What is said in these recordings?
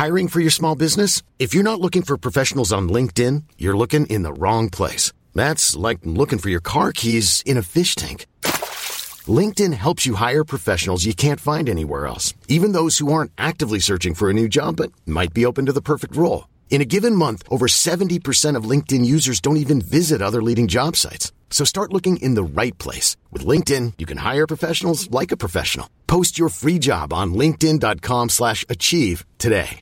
Hiring for your small business? If you're not looking for professionals on LinkedIn, you're looking in the wrong place. That's like looking for your car keys in a fish tank. LinkedIn helps you hire professionals you can't find anywhere else, even those who aren't actively searching for a new job but might be open to the perfect role. In a given month, over 70% of LinkedIn users don't even visit other leading job sites. So start looking in the right place. With LinkedIn, you can hire professionals like a professional. Post your free job on linkedin.com/achieve today.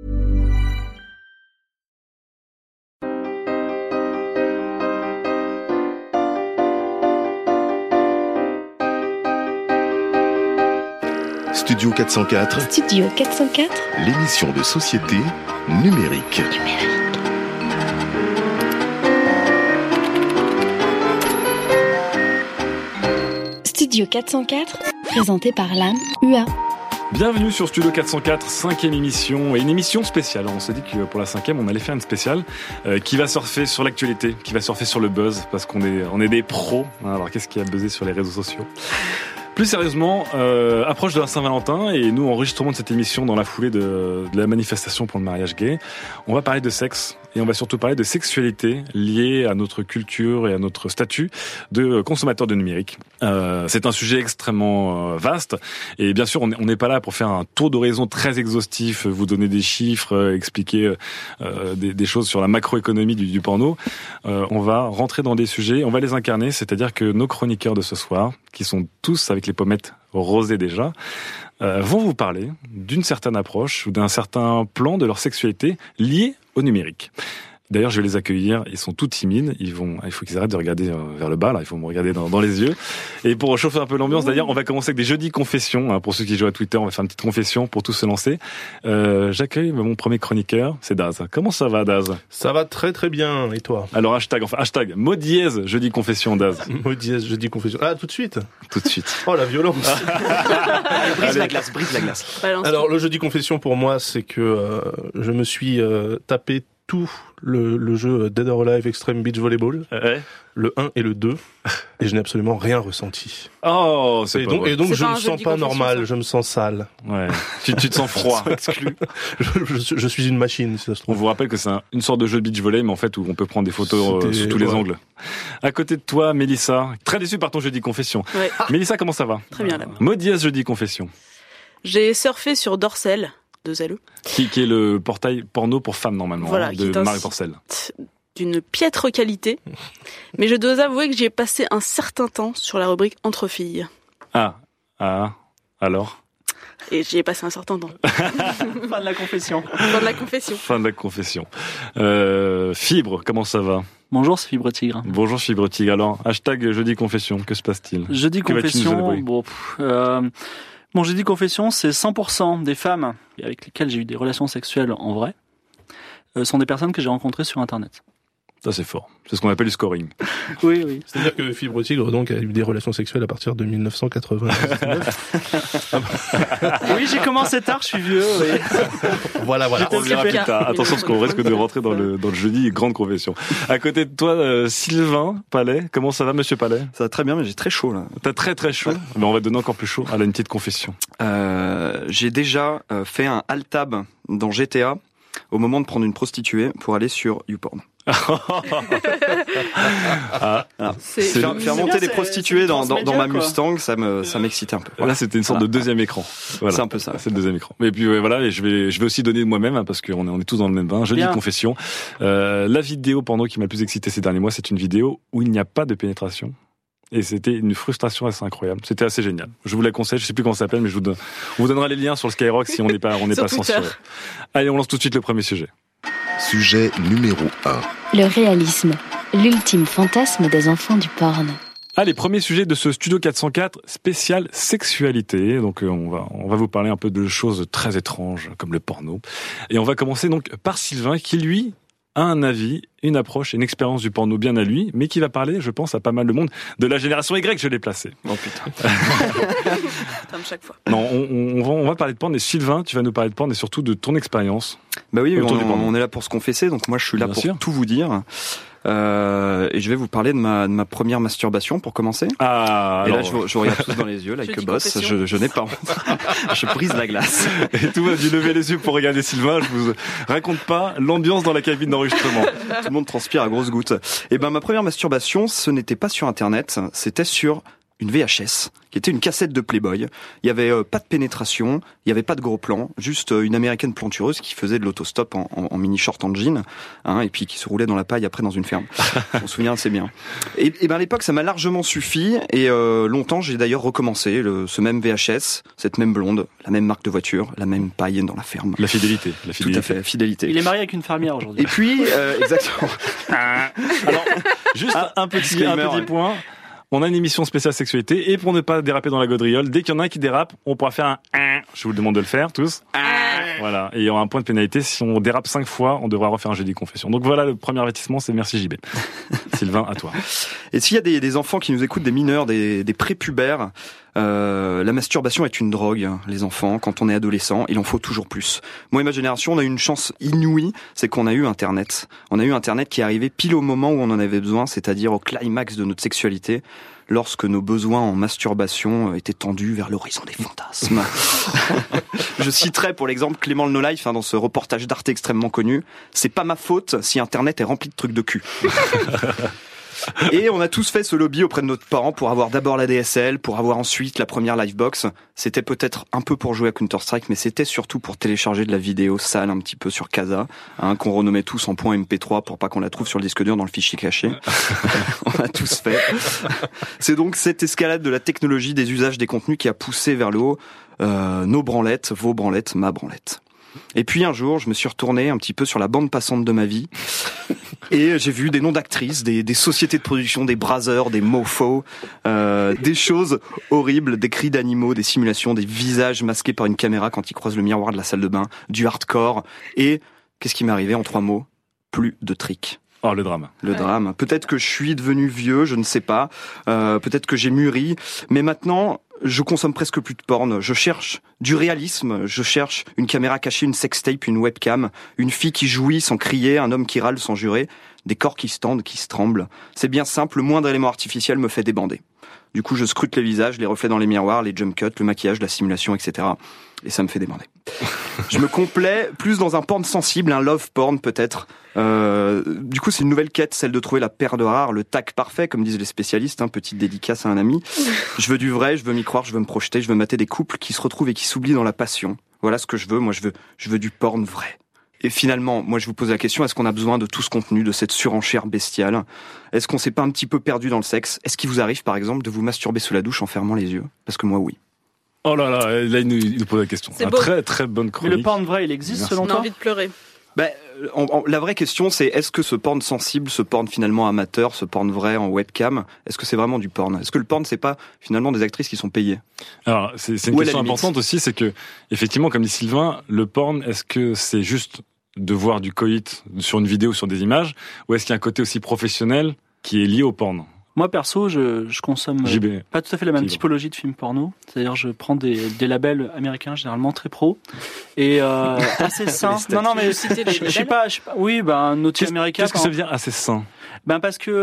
Studio 404. Studio 404. L'émission de société numérique. Studio 404, présenté par l'âme UA. Bienvenue sur Studio 404, 5e émission, et une émission spéciale. On s'est dit que pour la 5e, on allait faire une spéciale qui va surfer sur l'actualité, qui va surfer sur le buzz, parce qu'on est des pros. Alors qu'est-ce qui a buzzé sur les réseaux sociaux ? Plus sérieusement, approche de la Saint-Valentin et nous, enregistrement de cette émission dans la foulée de la manifestation pour le mariage gay. On va parler de sexe et on va surtout parler de sexualité liée à notre culture et à notre statut de consommateur de numérique. C'est un sujet extrêmement vaste et bien sûr, on n'est pas là pour faire un tour d'horizon très exhaustif, vous donner des chiffres, expliquer des choses sur la macroéconomie du porno. On va rentrer dans des sujets, on va les incarner, c'est-à-dire que nos chroniqueurs de ce soir, qui sont tous avec les pommettes rosées déjà, vont vous parler d'une certaine approche ou d'un certain plan de leur sexualité lié au numérique. D'ailleurs, je vais les accueillir. Ils sont tout timides. Il faut qu'ils arrêtent de regarder vers le bas. Là, il faut me regarder dans les yeux. Et pour chauffer un peu l'ambiance, d'ailleurs, on va commencer avec des jeudis confessions. Pour ceux qui jouent à Twitter, on va faire une petite confession pour tous se lancer. J'accueille mon premier chroniqueur, c'est Daz. Comment ça va, Daz ? Ça va très très bien. Et toi ? Alors hashtag mot dièse jeudi confession, Daz. Mot dièse jeudi confession. Ah, tout de suite. Tout de suite. Oh, la violence. Brise la glace. Balance. Alors, le jeudi confession pour moi, c'est que je me suis tapé tout le jeu Dead or Alive Extreme Beach Volleyball, le 1 et le 2, et je n'ai absolument rien ressenti. Oh, c'est et pas donc, vrai. et donc C'est je pas ne un sens jeudi pas confession, normal, ça. je me sens sale. Ouais. Tu te sens froid. Exclu. je suis une machine, si ça se On trouve. vous rappelle que c'est une sorte de jeu de beach volley, mais en fait où on peut prendre des photos sous tous les angles. À côté de toi, Mélissa, très déçue par ton jeudi confession. Ouais. Mélissa, comment ça va ? Très bien, là. Mot dièse jeudi confession. J'ai surfé sur Dorsel, de Zalou, Qui est le portail porno pour femmes normalement, Voilà, hein, qui de est un Marie site Dorcel. d'une piètre qualité. Mais je dois avouer que j'y ai passé un certain temps sur la rubrique Entre filles. Alors Et j'y ai passé un certain temps. Fin de la confession. Fin de la confession. Fin de la confession. Fibre, comment ça va ? Bonjour, c'est Fibre Tigre. Bonjour Fibre Tigre. Alors, hashtag jeudi confession, que se passe-t-il ? Jeudi Que vas-tu nous confession, avouer mon jeudi confession, c'est 100% des femmes avec lesquelles j'ai eu des relations sexuelles en vrai sont des personnes que j'ai rencontrées sur Internet. Ça c'est fort. C'est ce qu'on appelle du scoring. Oui. C'est-à-dire que Fibre Tigre, donc, a eu des relations sexuelles à partir de 1999. Oui, j'ai commencé tard, je suis vieux. Oui. Voilà. On verra plus tard. Attention, parce qu'on risque de rentrer dans le jeudi grande confession. À côté de toi, Sylvain Palais. Comment ça va, Monsieur Palais ? Ça va très bien, mais j'ai très chaud là. T'as très très chaud. Mais on va te donner encore plus chaud. À une petite confession. J'ai déjà fait un alt-tab dans GTA au moment de prendre une prostituée pour aller sur YouPorn. Faire monter des prostituées dans ma Mustang, ça m'excitait un peu. Là, c'était une sorte de deuxième écran. Voilà. C'est un peu ça. C'est le deuxième écran. Et puis voilà, et je vais aussi donner de moi-même hein, parce qu'on est tous dans le même bain. Jeudi confession. La vidéo porno qui m'a le plus excité ces derniers mois, c'est une vidéo où il n'y a pas de pénétration. Et c'était une frustration assez incroyable. C'était assez génial. Je vous la conseille. Je sais plus comment ça s'appelle, mais on vous donnera les liens sur le Skyrock si on n'est pas censuré. Allez, on lance tout de suite le premier sujet. Sujet numéro 1. Le réalisme, l'ultime fantasme des enfants du porn. Allez, premier sujet de ce Studio 404 spécial sexualité. Donc on va vous parler un peu de choses très étranges comme le porno. Et on va commencer donc par Sylvain qui lui a un avis, une approche, une expérience du porno bien à lui, mais qui va parler, je pense, à pas mal de monde de la génération Y, je l'ai placé. Oh putain. Comme chaque fois. Non, on va parler de porn et Sylvain, tu vas nous parler de porn et surtout de ton expérience. Bah oui, Autour du porno. on est là pour se confesser, donc moi je suis là Bien pour sûr. tout vous dire. Et je vais vous parler de ma première masturbation pour commencer. Ah, et alors... là, je vous regarde tous dans les yeux, like a boss. Je n'ai pas honte. Je brise la glace. Et tout va dû lever les yeux pour regarder Sylvain. Je vous raconte pas l'ambiance dans la cabine d'enregistrement. Tout le monde transpire à grosses gouttes. Et ben, ma première masturbation, ce n'était pas sur Internet, c'était sur une VHS, qui était une cassette de Playboy. Il y avait pas de pénétration, il y avait pas de gros plan, juste une américaine plantureuse qui faisait de l'autostop en mini short en jean, et puis qui se roulait dans la paille après dans une ferme. On se souvient assez bien. Et ben à l'époque, ça m'a largement suffi, et longtemps, j'ai d'ailleurs recommencé ce même VHS, cette même blonde, la même marque de voiture, la même paille dans la ferme. La fidélité. Tout à fait, fidélité. Il est marié avec une fermière aujourd'hui. Et puis, exactement. Alors, juste un petit point. On a une émission spéciale sexualité et pour ne pas déraper dans la gaudriole, dès qu'il y en a un qui dérape, on pourra faire un. Je vous le demande de le faire tous. Voilà. Et il y aura un point de pénalité. Si on dérape 5 fois, on devra refaire un jeudi confession. Donc voilà, le premier avertissement, c'est merci JB. Sylvain, à toi. Et s'il y a des enfants qui nous écoutent, des mineurs, des prépubères, la masturbation est une drogue, les enfants. Quand on est adolescent, il en faut toujours plus. Moi et ma génération, on a eu une chance inouïe, c'est qu'on a eu Internet. On a eu Internet qui est arrivé pile au moment où on en avait besoin, c'est-à-dire au climax de notre sexualité, lorsque nos besoins en masturbation étaient tendus vers l'horizon des fantasmes. Je citerai pour l'exemple Clément le No Life dans ce reportage d'Arte extrêmement connu. C'est pas ma faute si Internet est rempli de trucs de cul. Et on a tous fait ce lobby auprès de nos parents pour avoir d'abord la DSL, pour avoir ensuite la première Livebox. C'était peut-être un peu pour jouer à Counter-Strike, mais c'était surtout pour télécharger de la vidéo sale un petit peu sur Casa, qu'on renommait tous en .mp3 pour pas qu'on la trouve sur le disque dur dans le fichier caché. On a tous fait. C'est donc cette escalade de la technologie, des usages, des contenus qui a poussé vers le haut nos branlettes, vos branlettes, ma branlette. Et puis un jour, je me suis retourné un petit peu sur la bande passante de ma vie et j'ai vu des noms d'actrices, des sociétés de production, des brazzers, des mofos, des choses horribles, des cris d'animaux, des simulations, des visages masqués par une caméra quand ils croisent le miroir de la salle de bain, du hardcore. Et qu'est-ce qui m'est arrivé en 3 mots ? Plus de tricks. Oh, le drame. Le drame. Peut-être que je suis devenu vieux, je ne sais pas. Peut-être que j'ai mûri. Mais maintenant, je consomme presque plus de porn. Je cherche du réalisme. Je cherche une caméra cachée, une sextape, une webcam, une fille qui jouit sans crier, un homme qui râle sans jurer, des corps qui se tendent, qui se tremblent. C'est bien simple, le moindre élément artificiel me fait débander. Du coup, je scrute les visages, les reflets dans les miroirs, les jump cuts, le maquillage, la simulation, etc. Et ça me fait débander. Je me complais plus dans un porn sensible, un love porn peut-être. Du coup, c'est une nouvelle quête, celle de trouver la perle rare, le tac parfait, comme disent les spécialistes, petite dédicace à un ami. Je veux du vrai, je veux m'y croire, je veux me projeter, je veux mater des couples qui se retrouvent et qui s'oublient dans la passion. Voilà ce que je veux, moi je veux du porn vrai. Et finalement, moi je vous pose la question, est-ce qu'on a besoin de tout ce contenu, de cette surenchère bestiale ? Est-ce qu'on s'est pas un petit peu perdu dans le sexe ? Est-ce qu'il vous arrive par exemple de vous masturber sous la douche en fermant les yeux ? Parce que moi oui. Oh là là, là il nous pose la question. C'est très très bonne chronique. Mais le porn vrai, il existe selon On a toi ? envie de pleurer. La vraie question c'est, est-ce que ce porn sensible, ce porn finalement amateur, ce porn vrai en webcam, est-ce que c'est vraiment du porn ? Est-ce que le porn c'est pas finalement des actrices qui sont payées ? Alors c'est une question importante aussi, c'est que effectivement comme dit Sylvain, le porn, est-ce que c'est juste de voir du coït sur une vidéo, sur des images, ou est-ce qu'il y a un côté aussi professionnel qui est lié au porn ? Moi perso, je consomme pas tout à fait la même typologie de films porno. C'est-à-dire, je prends des labels américains généralement très pro et assez sains. Non, mais je sais pas. Oui, Naughty America. Qu'est-ce que ça veut dire assez sain ? Parce que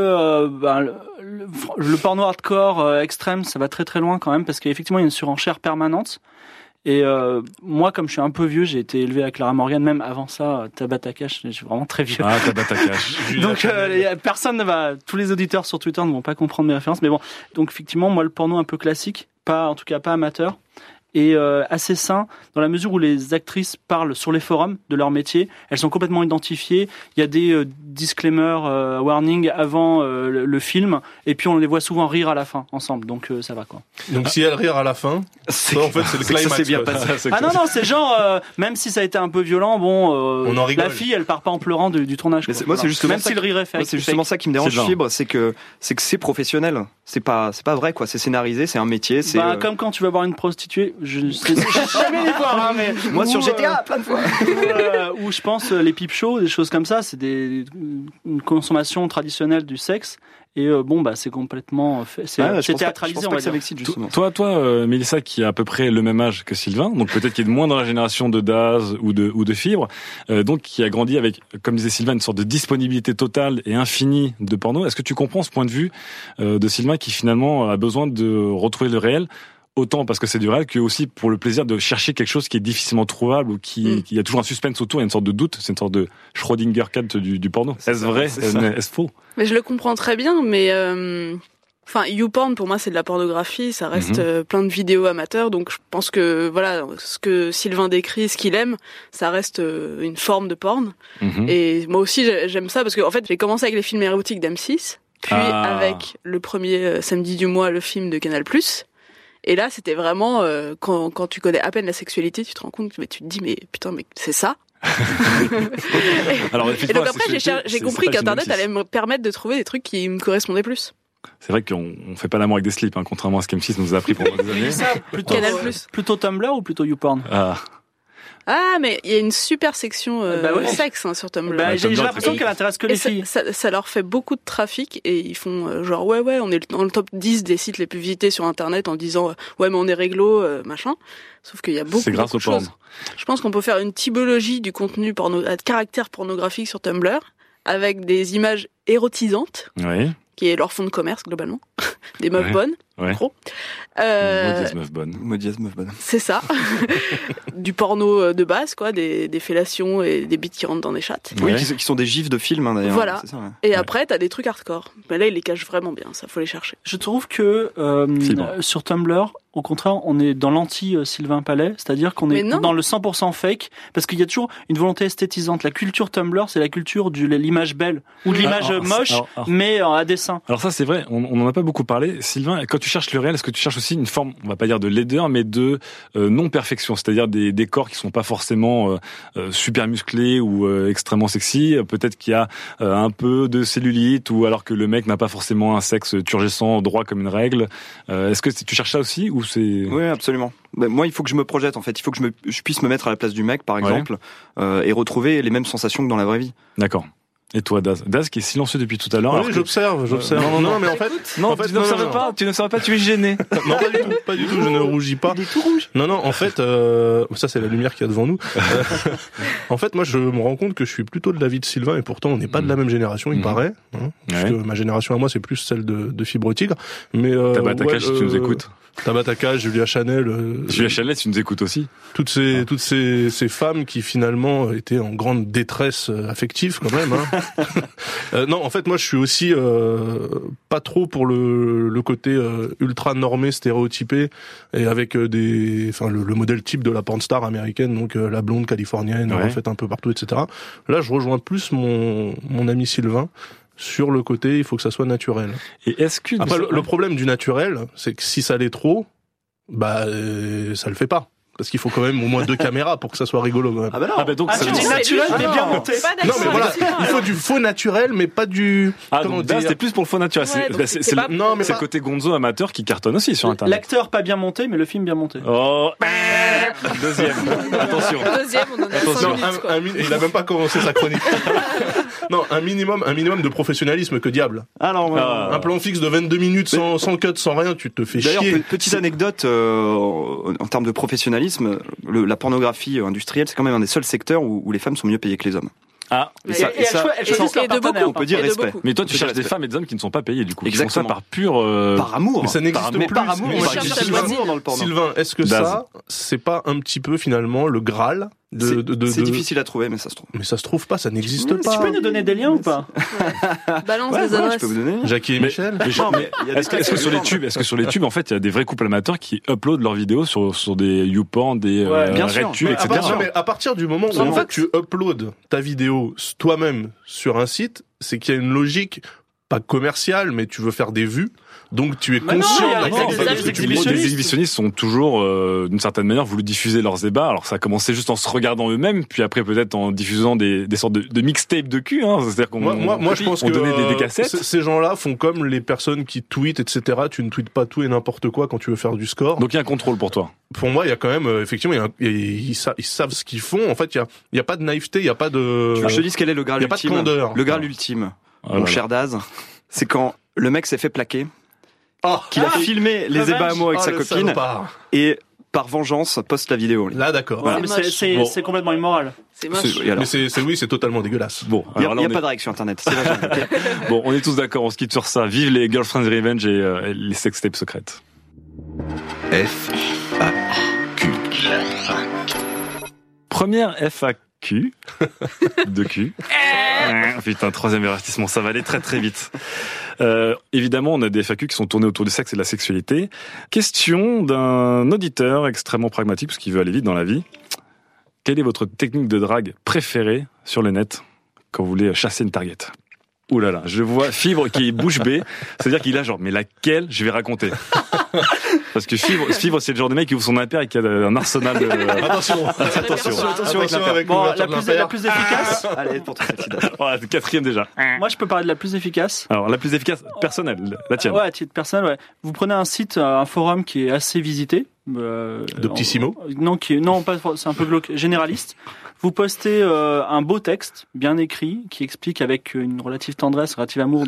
le porno hardcore extrême, ça va très très loin quand même, parce qu'effectivement il y a une surenchère permanente. Et moi, comme je suis un peu vieux, j'ai été élevé à Clara Morgan, même avant ça, Tabata Cash, je suis vraiment très vieux. Ah, Tabata Cash. Donc personne ne va, tous les auditeurs sur Twitter ne vont pas comprendre mes références, mais bon. Donc effectivement, moi, le porno un peu classique, en tout cas pas amateur, et assez sain dans la mesure où les actrices parlent sur les forums de leur métier, elles sont complètement identifiées, il y a des disclaimers, warning avant le film, et puis on les voit souvent rire à la fin ensemble, donc ça va quoi. Donc si elles rire à la fin, en fait c'est le climax. Ça s'est bien passé. Ah non, c'est genre, même si ça a été un peu violent, on en rigole. La fille elle part pas en pleurant du tournage. Moi c'est justement même si le rire est fait. Moi, c'est justement ça qui me dérange, Fibre, c'est que c'est professionnel. C'est pas vrai quoi, c'est scénarisé, c'est un métier, c'est comme quand tu vas voir une prostituée, je sais jamais les voir, mais moi sur GTA plein de fois. Où je pense les peep shows, des choses comme ça, c'est une consommation traditionnelle du sexe, Et c'est complètement fait. C'est théâtralisé. Je pense pas que ça m'excite justement. Toi, Mélissa, qui a à peu près le même âge que Sylvain, donc peut-être qui est moins dans la génération de Daz ou de Fibre, donc qui a grandi avec, comme disait Sylvain, une sorte de disponibilité totale et infinie de porno. Est-ce que tu comprends ce point de vue de Sylvain qui finalement a besoin de retrouver le réel, autant parce que c'est du réel que aussi pour le plaisir de chercher quelque chose qui est difficilement trouvable ou qui y a toujours un suspense autour, il y a une sorte de doute, c'est une sorte de Schrödinger cat du porno. Est-ce vrai? Est-ce faux? Mais je le comprends très bien, mais YouPorn pour moi c'est de la pornographie, ça reste plein de vidéos amateurs, donc je pense que voilà, ce que Sylvain décrit, ce qu'il aime, ça reste une forme de porn. Et moi aussi j'aime ça parce que en fait j'ai commencé avec les films érotiques d'M6, puis avec le premier samedi du mois, le film de Canal+. Et là, c'était vraiment quand tu connais à peine la sexualité, tu te rends compte, mais tu te dis mais putain, mais c'est ça. Alors, et donc après, j'ai compris qu'Internet allait me permettre de trouver des trucs qui me correspondaient plus. C'est vrai qu'on fait pas l'amour avec des slips, contrairement à ce qu'M6 nous a appris pendant des années. Plutôt Tumblr ou plutôt YouPorn? Ah, mais il y a une super section sexe sur Tumblr. J'ai l'impression qu'elle intéresse que les filles. Ça leur fait beaucoup de trafic et ils font genre on est dans le top 10 des sites les plus visités sur Internet en disant mais on est réglo, machin. Sauf qu'il y a beaucoup de choses. Je pense qu'on peut faire une typologie du contenu à caractère pornographique sur Tumblr avec des images érotisantes. Oui. Qui est leur fond de commerce globalement, des meufs bonnes, gros. Maudiez meuf bonne. C'est ça, du porno de base quoi, des fellations et des bites qui rentrent dans des chattes. Oui, qui sont des gifs de films d'ailleurs. Voilà. C'est ça, Et après t'as des trucs hardcore, mais là ils les cachent vraiment bien, ça faut les chercher. Je trouve que sur Tumblr, au contraire, on est dans l'anti-Sylvain Palais, c'est-à-dire qu'on est dans le 100% fake, parce qu'il y a toujours une volonté esthétisante. La culture Tumblr, c'est la culture de l'image belle, ou de l'image moche, mais à dessein. Alors ça, c'est vrai, on n'en a pas beaucoup parlé. Sylvain, quand tu cherches le réel, est-ce que tu cherches aussi une forme, on va pas dire de laideur, mais de non-perfection, c'est-à-dire des corps qui sont pas forcément super musclés ou extrêmement sexy, peut-être qu'il y a un peu de cellulite, ou alors que le mec n'a pas forcément un sexe turgescent droit comme une règle. Est-ce que tu cherches ça aussi, ou c'est... Oui, absolument. Moi, il faut que je me projette, en fait. Il faut que je puisse me mettre à la place du mec, par exemple, et retrouver les mêmes sensations que dans la vraie vie. D'accord. Et toi, Daz qui est silencieux depuis tout à l'heure. Oui, j'observe. Non, mais en fait, tu n'observes pas, tu es gêné. Non, pas du tout, je ne rougis pas. Il est tout rouge. Non, en fait, ça c'est la lumière qu'il y a devant nous. En fait, moi, je me rends compte que je suis plutôt de l'avis de Sylvain, et pourtant, on n'est pas de la même génération, il paraît. Parce que ma génération à moi, c'est plus celle de Fibre Tigre. Mais Tabata Cash, si tu nous écoutes. Tabata Cash, Julia Chanel. Julia Chanel, tu nous écoutes aussi. Toutes ces femmes qui finalement étaient en grande détresse affective quand même. Non, en fait, moi, je suis aussi pas trop pour le côté ultra normé, stéréotypé, et avec le modèle type de la porn star américaine, donc la blonde californienne, faite un peu partout, etc. Là, je rejoins plus mon ami Sylvain. Sur le côté, il faut que ça soit naturel. Et est-ce que après le problème du naturel, c'est que si ça l'est trop, ça le fait pas. Parce qu'il faut quand même au moins 2 caméras pour que ça soit rigolo quand même. Donc tu dis naturel mais bien monté. Non mais voilà, il faut du faux naturel mais pas du... donc c'était plus pour le faux naturel. C'est le côté gonzo amateur qui cartonne aussi sur Internet. L'acteur pas bien monté mais le film bien monté. Oh. Deuxième. Attention. Deuxième, on en a 5 minutes. Il a même pas commencé sa chronique. Non, un minimum de professionnalisme, que diable. Alors, un plan fixe de 22 minutes sans cut, sans rien, tu te fais chier. D'ailleurs, petite anecdote, en termes de professionnalisme, la pornographie industrielle, c'est quand même un des seuls secteurs où les femmes sont mieux payées que les hommes. Et elles choisissent leur partenaire. On peut dire respect. Mais toi, tu cherches des femmes et des hommes qui ne sont pas payés, du coup. Exactement. Ils font ça par pur... Par amour. Mais ça n'existe plus. Par amour, on cherche sa voisine dans le porno. Sylvain, est-ce que ça, c'est pas un petit peu finalement le Graal c'est difficile à trouver, mais ça se trouve. Mais ça se trouve pas, ça n'existe pas. Tu peux nous donner des liens ou pas? Balance des adresses. Je peux vous donner. Jackie et Michel. Est-ce que sur les tubes, en fait, il y a des vrais couples amateurs qui uploadent leurs vidéos sur des YouPorn, des RedTube, etc. Mais à partir du moment où en fait tu uploads ta vidéo toi-même sur un site, c'est qu'il y a une logique pas commerciale, mais tu veux faire des vues. Donc tu es conscient. Les exhibitionnistes sont toujours, d'une certaine manière, voulu diffuser leurs ébats. Alors ça a commencé juste en se regardant eux-mêmes, puis après peut-être en diffusant des sortes de mixtapes de cul. C'est-à-dire qu'on moi je pense que donnait des cassettes. Ces gens-là font comme les personnes qui tweetent, etc. Tu ne tweets pas tout et n'importe quoi quand tu veux faire du score. Donc il y a un contrôle pour toi. Pour moi, il y a quand même effectivement, ils savent ce qu'ils font. En fait, il y a pas de naïveté, il y a pas de. Je te dis quel est le Graal ultime. Il y a pas de candeur. Le Graal ultime, mon cher Daz, c'est quand le mec s'est fait plaquer, qu'il a filmé les ébats amoureux avec sa copine, salopard. et par vengeance poste la vidéo. Là, d'accord. Ouais, C'est mais moche. c'est c'est complètement immoral. C'est moche. Et alors, Mais c'est totalement dégueulasse. Bon, il n'y alors là, a on est- pas de règle sur Internet. C'est la jungle, ok. bon, on est tous d'accord, on se quitte sur ça. Vive les Girlfriends Revenge et les sextapes secrètes. FAQ. Première FAQ de Q. Putain, troisième avertissement, ça va aller très très vite. Évidemment, on a des FAQ qui sont tournés autour du sexe et de la sexualité. Question d'un auditeur extrêmement pragmatique, parce qu'il veut aller vite dans la vie. Quelle est votre technique de drague préférée sur le net quand vous voulez chasser une target? Ouh là là, je vois Fibre qui est bouche bée, c'est-à-dire qu'il a genre, mais laquelle je vais raconter? Parce que Fibre, c'est le genre de mec qui ouvre son impair et qui a un arsenal de... Attention. Attention avec l'impair. avec Bon, l'ouverture de la l'impair. plus efficace. Allez, pour toi, celle-ci. Voilà, quatrième déjà. Moi, je peux parler de la plus efficace. Alors, la plus efficace, personnelle, la tienne. Ouais, à titre personnel, ouais. Vous prenez un site, un forum qui est assez visité. Doctissimo. Non, pas, c'est un peu glauque, généraliste. Vous postez un beau texte, bien écrit, qui explique avec une relative tendresse, relative amour,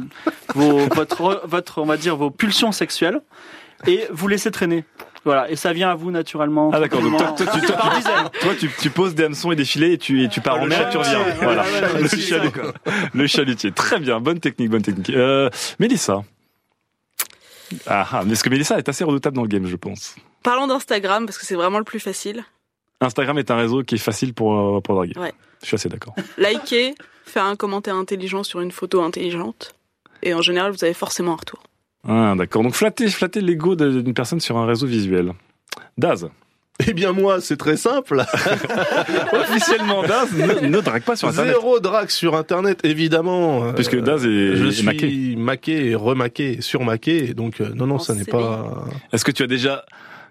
votre, on va dire, vos pulsions sexuelles, et vous laissez traîner. Voilà, et ça vient à vous naturellement. Ah d'accord, donc toi, par dizaines. tu poses des hameçons et des filets et tu pars en mer et tu reviens. ouais, Voilà, ouais, le c'est ça, chalut. quoi. Le chalutier. Très bien, bonne technique. Mélissa. Mais est-ce que Mélissa est assez redoutable dans le game, je pense. Parlons d'Instagram parce que c'est vraiment le plus facile. Instagram est un réseau qui est facile pour draguer. Ouais. Je suis assez d'accord. Liker, faire un commentaire intelligent sur une photo intelligente. Et en général, vous avez forcément un retour. Ah, d'accord. Donc flatter l'ego d'une personne sur un réseau visuel. Daz. Eh bien moi, c'est très simple. Officiellement, Daz ne drague pas sur Internet. Zéro drague sur Internet, évidemment. Puisque Daz est Je est maqué. suis maqué et remaqué et surmaqué, et donc non, ça n'est c'est pas... Est-ce que tu as déjà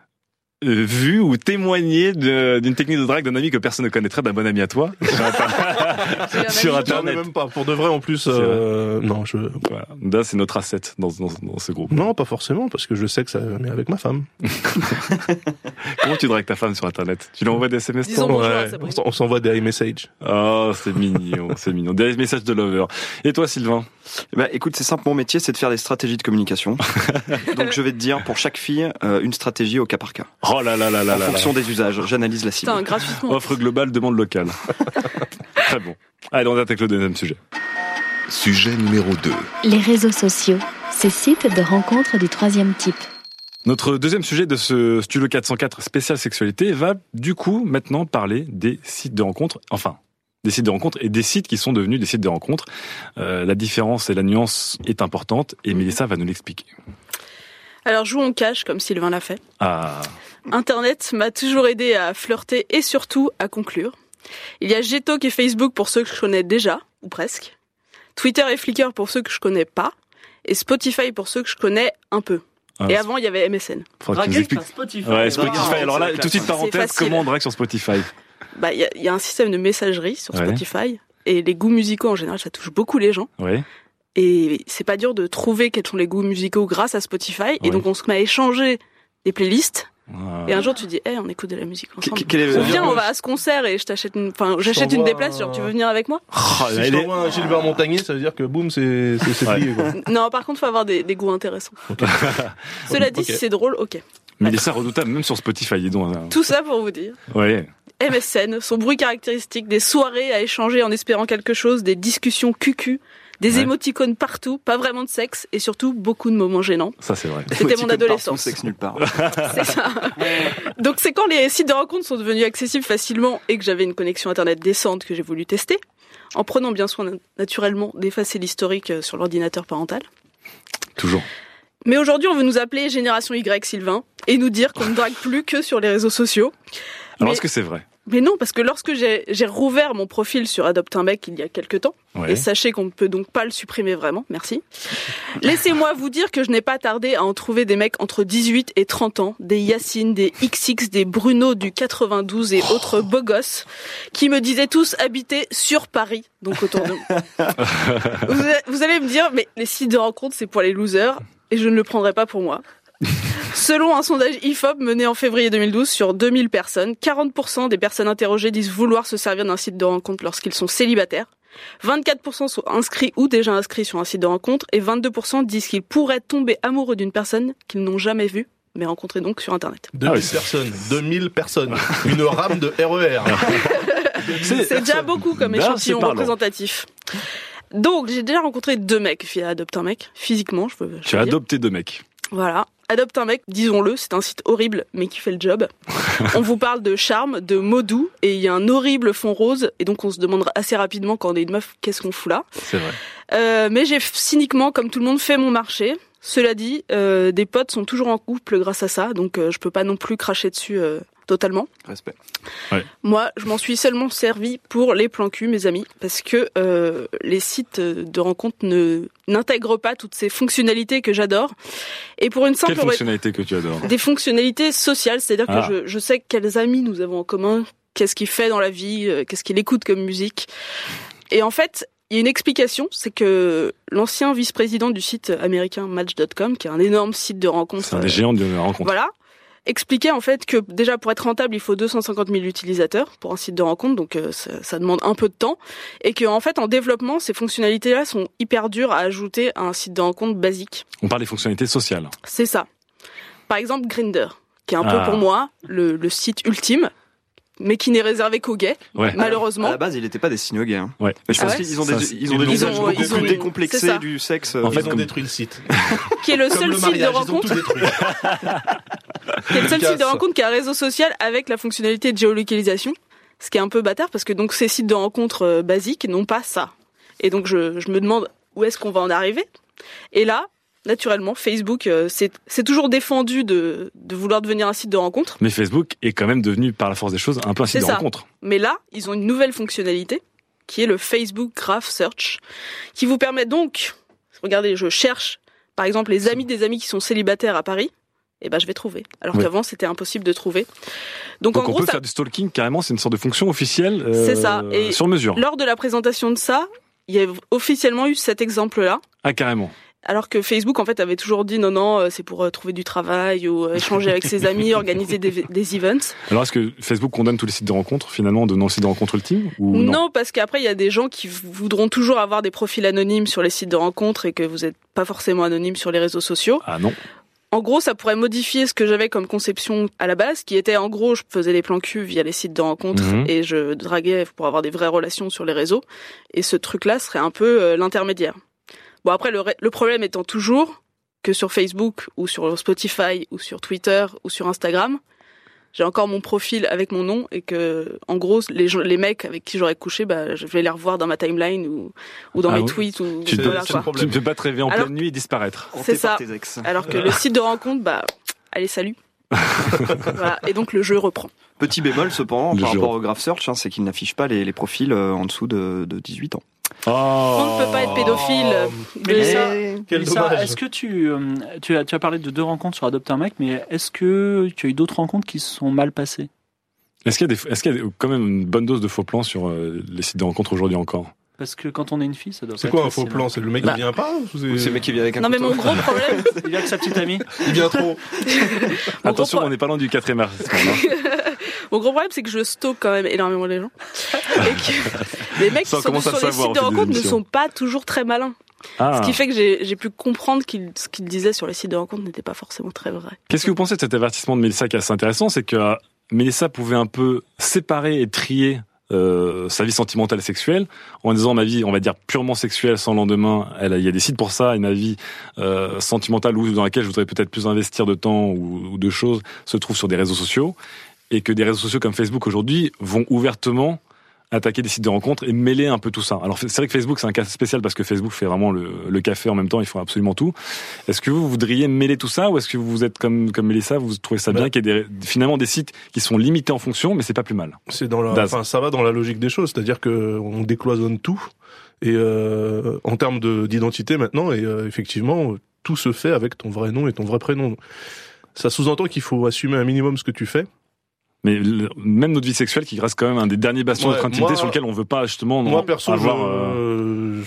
vu ou témoigné d'une technique de drague d'un ami que personne ne connaîtrait, d'un bon ami à toi sur J'en ai Internet? même pas. Pour de vrai, en plus, non, Voilà. Daz, c'est notre asset dans ce groupe. non, pas forcément, parce que je sais que ça met avec ma femme. Comment tu dragues ta femme sur Internet? Tu lui envoies des SMS? Disons toi? bonjour à Ouais, Sabrina. on s'envoie des iMessages. Oh, c'est mignon, c'est mignon. Des messages de lover. Et toi, Sylvain? Bah, écoute, c'est simple, mon métier, c'est de faire des stratégies de communication. Donc, je vais te dire, pour chaque fille, une stratégie au cas par cas. Oh là là là là En là fonction là. des usages, j'analyse la cible. Putain, gratuitement. Offre globale, demande locale. Très bon. Allez, on attaque le deuxième sujet. Sujet numéro 2. Les réseaux sociaux, ces sites de rencontres du troisième type. Notre deuxième sujet de ce Studio 404 spécial sexualité va du coup maintenant parler des sites de rencontres, enfin des sites de rencontres et des sites qui sont devenus des sites de rencontres. La différence et la nuance est importante et Mélissa va nous l'expliquer. Alors, jouons cash comme Sylvain l'a fait. Ah, Internet m'a toujours aidé à flirter et surtout à conclure. Il y a Gtalk et Facebook pour ceux que je connais déjà, ou presque. Twitter et Flickr pour ceux que je connais pas. Et Spotify pour ceux que je connais un peu. Et avant, il y avait MSN. faudra que tu nous expliques. Spotify. Ouais, Spotify. Ah, Alors là, c'est tout de suite C'est parenthèse, facile. comment on drague sur Spotify? Bah, il y a un système de messagerie sur Ouais. Spotify. Et les goûts musicaux, en général, ça touche beaucoup les gens. Ouais. Et c'est pas dur de trouver quels sont les goûts musicaux grâce à Spotify. Ouais. Et donc, on se met à échanger des playlists. Ah. Et un jour, tu dis, on écoute de la musique ensemble. Quel est le- Viens, on va à ce concert et j'achète une t'envoie déplace. Genre, tu veux venir avec moi? Oh, Si là, je elle est- t'envoie un Gilbert Montagnier, ça veut dire que boum, c'est Ouais. plié, quoi. Non, par contre, faut avoir des goûts intéressants. Cela dit, Ok. si c'est drôle, ok. Mélissa redoutable, même sur Spotify, dis donc. Tout ça pour vous dire. Ouais. MSN, son bruit caractéristique, des soirées à échanger en espérant quelque chose, des discussions cucu, des Ouais. émoticônes partout, pas vraiment de sexe et surtout beaucoup de moments gênants. Ça, c'est vrai. C'était mon Émoticône adolescence. partout, sexe nulle part. C'est ça. Donc c'est quand les sites de rencontres sont devenus accessibles facilement et que j'avais une connexion internet décente que j'ai voulu tester, en prenant bien soin naturellement d'effacer l'historique sur l'ordinateur parental. Toujours. Mais aujourd'hui, on veut nous appeler Génération Y, Sylvain, et nous dire qu'on ne drague plus que sur les réseaux sociaux. Alors, Mais- est-ce que c'est vrai? Mais non, parce que lorsque j'ai rouvert mon profil sur Adopte un mec il y a quelques temps, Ouais. et sachez qu'on ne peut donc pas le supprimer vraiment, merci. Laissez-moi vous dire que je n'ai pas tardé à en trouver des mecs entre 18 et 30 ans, des Yacine, des XX, des Bruno du 92 et autres beaux gosses, qui me disaient tous habiter sur Paris, donc autour de moi. Vous allez me dire, mais les sites de rencontres, c'est pour les losers, et je ne le prendrai pas pour moi. Selon un sondage IFOP mené en février 2012 sur 2000 personnes, 40% des personnes interrogées disent vouloir se servir d'un site de rencontre lorsqu'ils sont célibataires. 24% sont inscrits ou déjà inscrits sur un site de rencontre et 22% disent qu'ils pourraient tomber amoureux d'une personne qu'ils n'ont jamais vue, mais rencontrée donc sur Internet. 2000 personnes. Une rame de RER. C'est déjà beaucoup comme échantillon représentatif. Donc, j'ai déjà rencontré 2 mecs via Adopte un mec, physiquement. Tu as adopté 2 mecs. Voilà. Adopte un mec, disons-le, c'est un site horrible, mais qui fait le job. On vous parle de charme, de mots doux, et il y a un horrible fond rose, et donc on se demande assez rapidement quand on est une meuf, qu'est-ce qu'on fout là ? C'est vrai. Mais j'ai cyniquement, comme tout le monde, fait mon marché. Cela dit, des potes sont toujours en couple grâce à ça, donc je peux pas non plus cracher dessus totalement. Respect. Ouais. Moi, je m'en suis seulement servi pour les plans cul, mes amis, parce que les sites de rencontres n'intègrent pas toutes ces fonctionnalités que j'adore. Et pour une simple Quelles fonctionnalités que tu adores ? Des fonctionnalités sociales, c'est-à-dire que je sais quels amis nous avons en commun, qu'est-ce qu'il fait dans la vie, qu'est-ce qu'il écoute comme musique. Et en fait, il y a une explication, c'est que l'ancien vice-président du site américain Match.com, qui est un énorme site de rencontres... C'est un des géants de rencontres. Voilà. Expliquait en fait que déjà pour être rentable, il faut 250 000 utilisateurs pour un site de rencontre, donc ça demande un peu de temps, et que en fait en développement, ces fonctionnalités-là sont hyper dures à ajouter à un site de rencontre basique. On parle des fonctionnalités sociales. C'est ça. Par exemple Grindr, qui est un peu pour moi le site ultime, mais qui n'est réservé qu'aux gays, malheureusement. À la base, il n'était pas destiné aux gays. Hein. Ouais. Mais je pense qu'ils ont des usages beaucoup plus décomplexés du sexe. En fait, ils ont détruit le site. Qui est le seul site de rencontre. Qui est le seul site de rencontre qui a un réseau social avec la fonctionnalité de géolocalisation. Ce qui est un peu bâtard parce que donc ces sites de rencontres basiques n'ont pas ça. Et donc je me demande où est-ce qu'on va en arriver. Et là, naturellement, Facebook, c'est toujours défendu de vouloir devenir un site de rencontre. Mais Facebook est quand même devenu, par la force des choses, un peu un site de rencontre. Mais là, ils ont une nouvelle fonctionnalité, qui est le Facebook Graph Search, qui vous permet donc, regardez, je cherche, par exemple, les amis des amis qui sont célibataires à Paris, et ben je vais trouver. Alors qu'avant, c'était impossible de trouver. Donc en on gros, peut faire du stalking, carrément, c'est une sorte de fonction officielle c'est ça. Et sur mesure. Lors de la présentation de ça, il y a officiellement eu cet exemple-là. Ah, carrément. Alors que Facebook, en fait, avait toujours dit non, c'est pour trouver du travail ou échanger avec ses amis, organiser des events. Alors, est-ce que Facebook condamne tous les sites de rencontres, finalement, en donnant le site de rencontre ultime ou non, parce qu'après, il y a des gens qui voudront toujours avoir des profils anonymes sur les sites de rencontres et que vous n'êtes pas forcément anonyme sur les réseaux sociaux. Ah non. En gros, ça pourrait modifier ce que j'avais comme conception à la base, qui était, en gros, je faisais des plans cul via les sites de rencontres et je draguais pour avoir des vraies relations sur les réseaux. Et ce truc-là serait un peu l'intermédiaire. Bon, après, le problème étant toujours que sur Facebook ou sur Spotify ou sur Twitter ou sur Instagram, j'ai encore mon profil avec mon nom et que, en gros, les mecs avec qui j'aurais couché, je vais les revoir dans ma timeline ou dans mes tweets ou tu ne peux pas te réveiller en pleine nuit et disparaître. C'est ça. Alors que le site de rencontre, allez, salut. Voilà. Et donc le jeu reprend. Petit bémol cependant par rapport au Graph Search, c'est qu'il n'affiche pas les profils en dessous de 18 ans. On ne peut pas être pédophile. Mélissa, est-ce que tu as parlé de 2 rencontres sur Adopte un mec, mais est-ce que tu as eu d'autres rencontres qui se sont mal passées ? Est-ce qu'il y a quand même une bonne dose de faux plans sur les sites de rencontres aujourd'hui encore ? Parce que quand on est une fille, ça doit C'est quoi un faux plan ? C'est le mec qui vient pas ou c'est le mec qui vient avec un Non, mais mon gros problème... Il vient avec sa petite amie. Il vient trop. Attention, on n'est pas loin du 4e arrondissement. Mon gros problème, c'est que je stocke quand même énormément les gens. Et que les mecs qui sont sur les sites de rencontres ne sont pas toujours très malins. Ce qui fait que j'ai pu comprendre ce qu'il disait sur les sites de rencontres n'était pas forcément très vrai. Qu'est-ce que vous pensez de cet avertissement de Mélissa qui est assez intéressant ? C'est que Mélissa pouvait un peu séparer et trier sa vie sentimentale et sexuelle en disant ma vie, on va dire purement sexuelle sans lendemain, il y a des sites pour ça, et ma vie sentimentale ou dans laquelle je voudrais peut-être plus investir de temps ou de choses se trouve sur des réseaux sociaux, et que des réseaux sociaux comme Facebook aujourd'hui vont ouvertement attaquer des sites de rencontres et mêler un peu tout ça. Alors c'est vrai que Facebook c'est un cas spécial parce que Facebook fait vraiment le café en même temps, ils font absolument tout. Est-ce que vous voudriez mêler tout ça ou est-ce que vous êtes comme Mélissa, vous trouvez ça bien qu'il y ait finalement des sites qui sont limités en fonction, mais c'est pas plus mal? C'est ça va dans la logique des choses, c'est-à-dire que on décloisonne tout et en termes d'identité maintenant et effectivement tout se fait avec ton vrai nom et ton vrai prénom. Ça sous-entend qu'il faut assumer un minimum ce que tu fais. Mais même notre vie sexuelle qui reste quand même un des derniers bastions de notre intimité sur lequel on veut pas justement moi perso avoir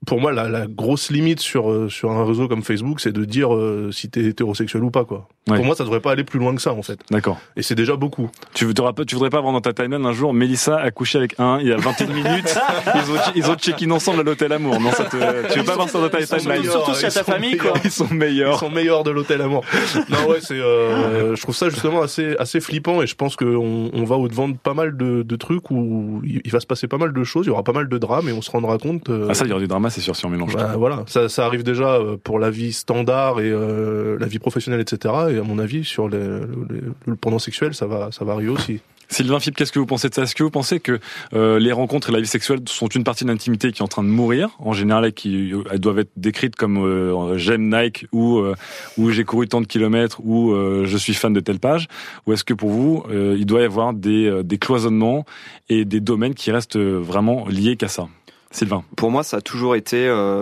pour moi, la grosse limite sur un réseau comme Facebook, c'est de dire si t'es hétérosexuel ou pas, quoi. Ouais. Pour moi, ça devrait pas aller plus loin que ça, en fait. D'accord. Et c'est déjà beaucoup. Tu voudrais pas voir dans ta timeline un jour Mélissa a couché avec un il y a 21 minutes. Ils ont check-in ensemble à l'hôtel Amour. Non, tu veux pas voir ça dans ta timeline. Surtout si à ta famille, quoi. Ils sont meilleurs. Ils sont meilleurs de l'hôtel Amour. Non, ouais, je trouve ça justement assez flippant, et je pense qu'on va au-devant de pas mal de trucs où il va se passer pas mal de choses, il y aura pas mal de drames, et on se rendra compte. Ah, ça, il y aura du drama, c'est sûr, si on mélange tout. Voilà. Ça arrive déjà pour la vie standard et la vie professionnelle, etc. Et à mon avis, sur le pendant sexuel, ça va arriver aussi. Sylvain Fibre, qu'est-ce que vous pensez de ça? Est-ce que vous pensez que les rencontres et la vie sexuelle sont une partie de l'intimité qui est en train de mourir, en général, et elles doivent être décrites comme j'aime Nike ou j'ai couru tant de kilomètres ou je suis fan de telle page, ou est-ce que pour vous il doit y avoir des cloisonnements et des domaines qui restent vraiment liés qu'à ça? Sylvain. Pour moi, ça a toujours été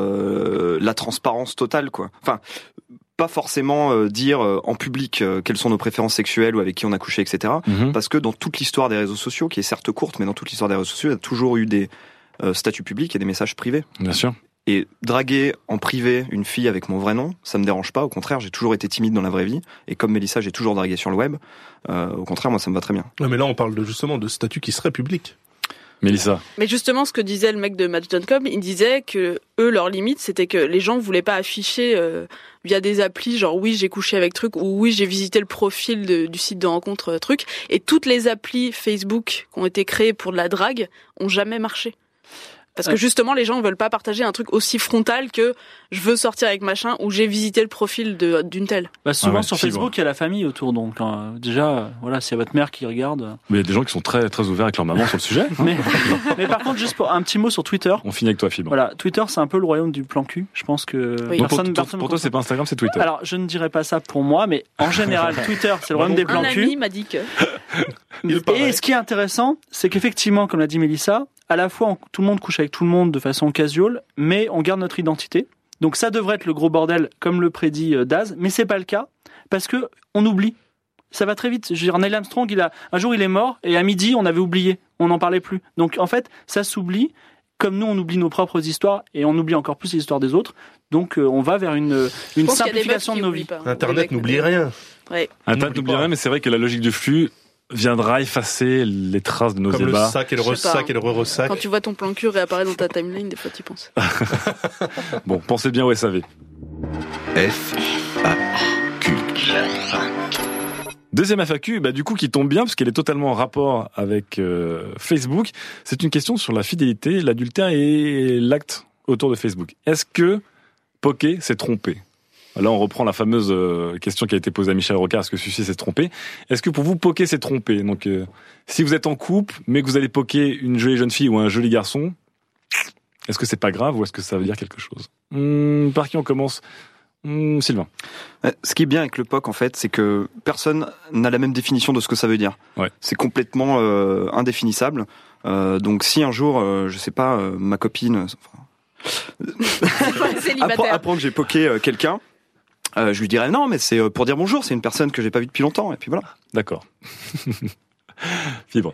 la transparence totale, quoi. Enfin, pas forcément dire en public quelles sont nos préférences sexuelles ou avec qui on a couché, etc. Parce que dans toute l'histoire des réseaux sociaux, qui est certes courte, mais dans toute l'histoire des réseaux sociaux, il y a toujours eu des statuts publics et des messages privés. Bien sûr. Et draguer en privé une fille avec mon vrai nom, ça me dérange pas. Au contraire, j'ai toujours été timide dans la vraie vie. Et comme Mélissa, j'ai toujours dragué sur le web. Au contraire, moi, ça me va très bien. Ouais, mais là, on parle justement de statuts qui seraient publics. Mélissa. Mais justement, ce que disait le mec de Match.com, il disait que eux, leur limite, c'était que les gens voulaient pas afficher via des applis, genre oui, j'ai couché avec truc, ou oui, j'ai visité le profil du site de rencontre truc. Et toutes les applis Facebook qui ont été créées pour de la drague ont jamais marché. Parce que justement, les gens ne veulent pas partager un truc aussi frontal que je veux sortir avec machin ou j'ai visité le profil d'une telle. Bah souvent sur Facebook, il y a la famille autour, donc déjà, voilà, s'il y a votre mère qui regarde. Mais il y a des gens qui sont très très ouverts avec leur maman sur le sujet. Hein. Mais par contre, juste pour un petit mot sur Twitter. On finit avec toi, Fibre. Voilà, Twitter, c'est un peu le royaume du plan cul. Je pense que oui. Pour toi, c'est pas Instagram, c'est Twitter. Alors, je ne dirais pas ça pour moi, mais en général, Twitter, c'est le royaume des plans cul. Un ami m'a dit que. Et ce qui est intéressant, c'est qu'effectivement, comme l'a dit Mélissa, à la fois, tout le monde couche avec tout le monde de façon casual, mais on garde notre identité. Donc ça devrait être le gros bordel, comme le prédit Daz, mais c'est pas le cas, parce que on oublie. Ça va très vite. Je veux dire, Neil Armstrong, un jour il est mort, et à midi, on avait oublié. On n'en parlait plus. Donc en fait, ça s'oublie, comme nous, on oublie nos propres histoires, et on oublie encore plus les histoires des autres. Donc on va vers une simplification de nos vies. Internet n'oublie rien. Ouais. Internet n'oublie rien, mais c'est vrai que la logique du flux viendra effacer les traces de nos comme débats. Le sac et le ressac et le re-ressac. Quand tu vois ton plan cul réapparaître dans ta timeline, des fois tu penses. Bon, pensez bien au SAV. FAQ. Deuxième FAQ, du coup, qui tombe bien, parce qu'elle est totalement en rapport avec Facebook. C'est une question sur la fidélité, l'adultère et l'acte autour de Facebook. Est-ce que Poké s'est trompé ? Là, on reprend la fameuse question qui a été posée à Michel Rocard, est-ce que celui-ci s'est trompé? Est-ce que pour vous, Poké s'est trompé? Donc, si vous êtes en couple, mais que vous allez poker une jolie jeune fille ou un joli garçon, est-ce que c'est pas grave ou est-ce que ça veut dire quelque chose? Par qui on commence? Sylvain. Ce qui est bien avec le POC, en fait, c'est que personne n'a la même définition de ce que ça veut dire. Ouais. C'est complètement indéfinissable. Donc, si un jour, je sais pas, ma copine... apprend que j'ai poké quelqu'un, je lui dirais non, mais c'est pour dire bonjour, c'est une personne que j'ai pas vue depuis longtemps, et puis voilà. D'accord. Fibre.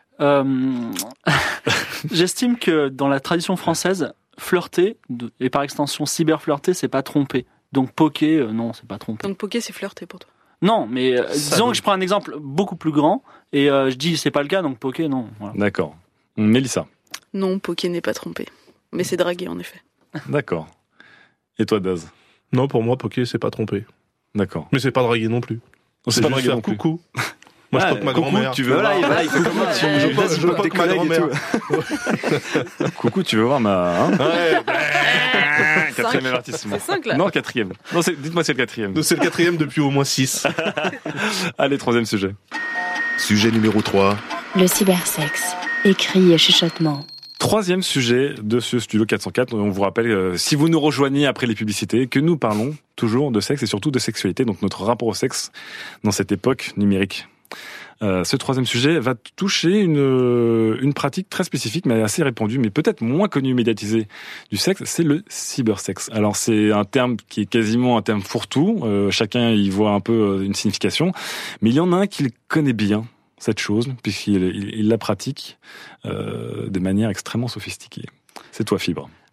J'estime que dans la tradition française, flirter, et par extension cyberflirter, c'est pas tromper. Donc poker, non, c'est pas tromper. Donc poker, c'est flirter pour toi. Non, mais disons que je prends un exemple beaucoup plus grand, et je dis c'est pas le cas, donc poker, non. Voilà. D'accord. Mélissa. Non, poker n'est pas trompé. Mais c'est draguer, en effet. D'accord. Et toi, Daz? Non, pour moi, poker, c'est pas trompé. D'accord. Mais c'est pas draguer non plus. C'est pas draguer non plus. Coucou. Moi, je poke ma grand-mère. Tu veux voir il faut comment je poke ma grand-mère. Coucou, tu veux voir ma... Hein Ouais. Quatrième avertissement. C'est 5, là. Non, quatrième. Non, dites-moi c'est le quatrième. C'est le quatrième depuis au moins 6. Allez, troisième sujet. Sujet numéro 3. Le cybersexe. Écrit et chuchotement. Troisième sujet de ce Studio 404. On vous rappelle, si vous nous rejoignez après les publicités, que nous parlons toujours de sexe et surtout de sexualité, donc notre rapport au sexe dans cette époque numérique. Ce troisième sujet va toucher une pratique très spécifique, mais assez répandue, mais peut-être moins connue, médiatisée du sexe, c'est le cybersexe. Alors c'est un terme qui est quasiment un terme fourre-tout, chacun y voit un peu une signification, mais il y en a un qui le connaît bien, cette chose, puisqu'il la pratique de manière extrêmement sophistiquée. C'est toi, Fibre.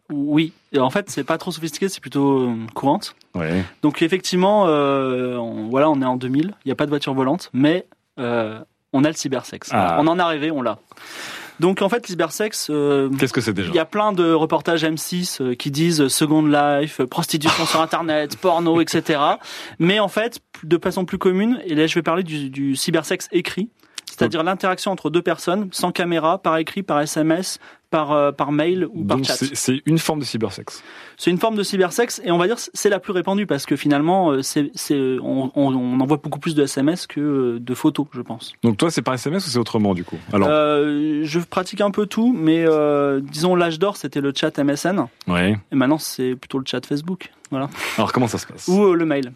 Oui, et en fait, c'est pas trop sophistiqué, c'est plutôt courante. Ouais. Donc effectivement, on est en 2000, il n'y a pas de voiture volante, mais on a le cybersex. Ah. On en est arrivé, on l'a. Donc en fait, le cybersex, Qu'est-ce que c'est déjà? il y a plein de reportages M6 qui disent Second Life, prostitution sur Internet, porno, etc. Mais en fait, de façon plus commune, et là je vais parler du cybersex écrit, c'est-à-dire l'interaction entre deux personnes, sans caméra, par écrit, par SMS, par mail ou par Donc chat. c'est une forme de cybersex. C'est une forme de cybersex et on va dire c'est la plus répandue parce que finalement on envoie beaucoup plus de SMS que de photos, je pense. Donc toi, c'est par SMS ou c'est autrement du coup? Alors, je pratique un peu tout, mais disons l'âge d'or c'était le chat MSN ouais. et maintenant c'est plutôt le chat Facebook. Voilà. Alors comment ça se passe? Ou le mail.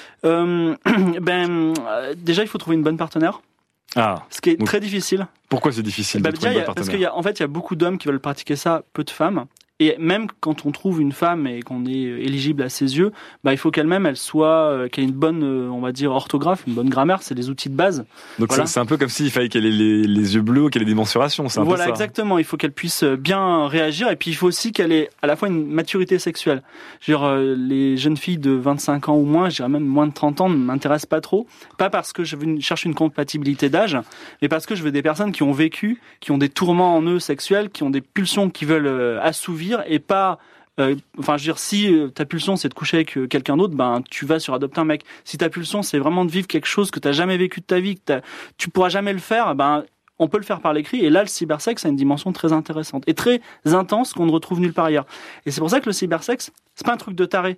Déjà il faut trouver une bonne partenaire. Ah. Ce qui est Donc, très difficile. Pourquoi c'est difficile de trouver un bon parce partenaire? qu'il y a beaucoup d'hommes qui veulent pratiquer ça, peu de femmes. Et même quand on trouve une femme et qu'on est éligible à ses yeux, il faut qu'elle-même, qu'elle ait une bonne, on va dire, orthographe, une bonne grammaire, c'est les outils de base. Donc voilà. c'est un peu comme s'il fallait qu'elle ait les yeux bleus, qu'elle ait des mensurations, c'est un peu ça. Exactement. Il faut qu'elle puisse bien réagir et puis il faut aussi qu'elle ait à la fois une maturité sexuelle. Les jeunes filles de 25 ans ou moins, je dirais même moins de 30 ans, ne m'intéressent pas trop. Pas parce que je cherche une compatibilité d'âge, mais parce que je veux des personnes qui ont vécu, qui ont des tourments en eux sexuels, qui ont des pulsions qui veulent assouvir et pas si ta pulsion c'est de coucher avec quelqu'un d'autre, tu vas sur adopter un mec. Si ta pulsion c'est vraiment de vivre quelque chose que t'as jamais vécu de ta vie, que tu pourras jamais le faire, on peut le faire par l'écrit. Et là, le cybersex a une dimension très intéressante et très intense qu'on ne retrouve nulle part ailleurs. Et c'est pour ça que le cybersex, c'est pas un truc de taré.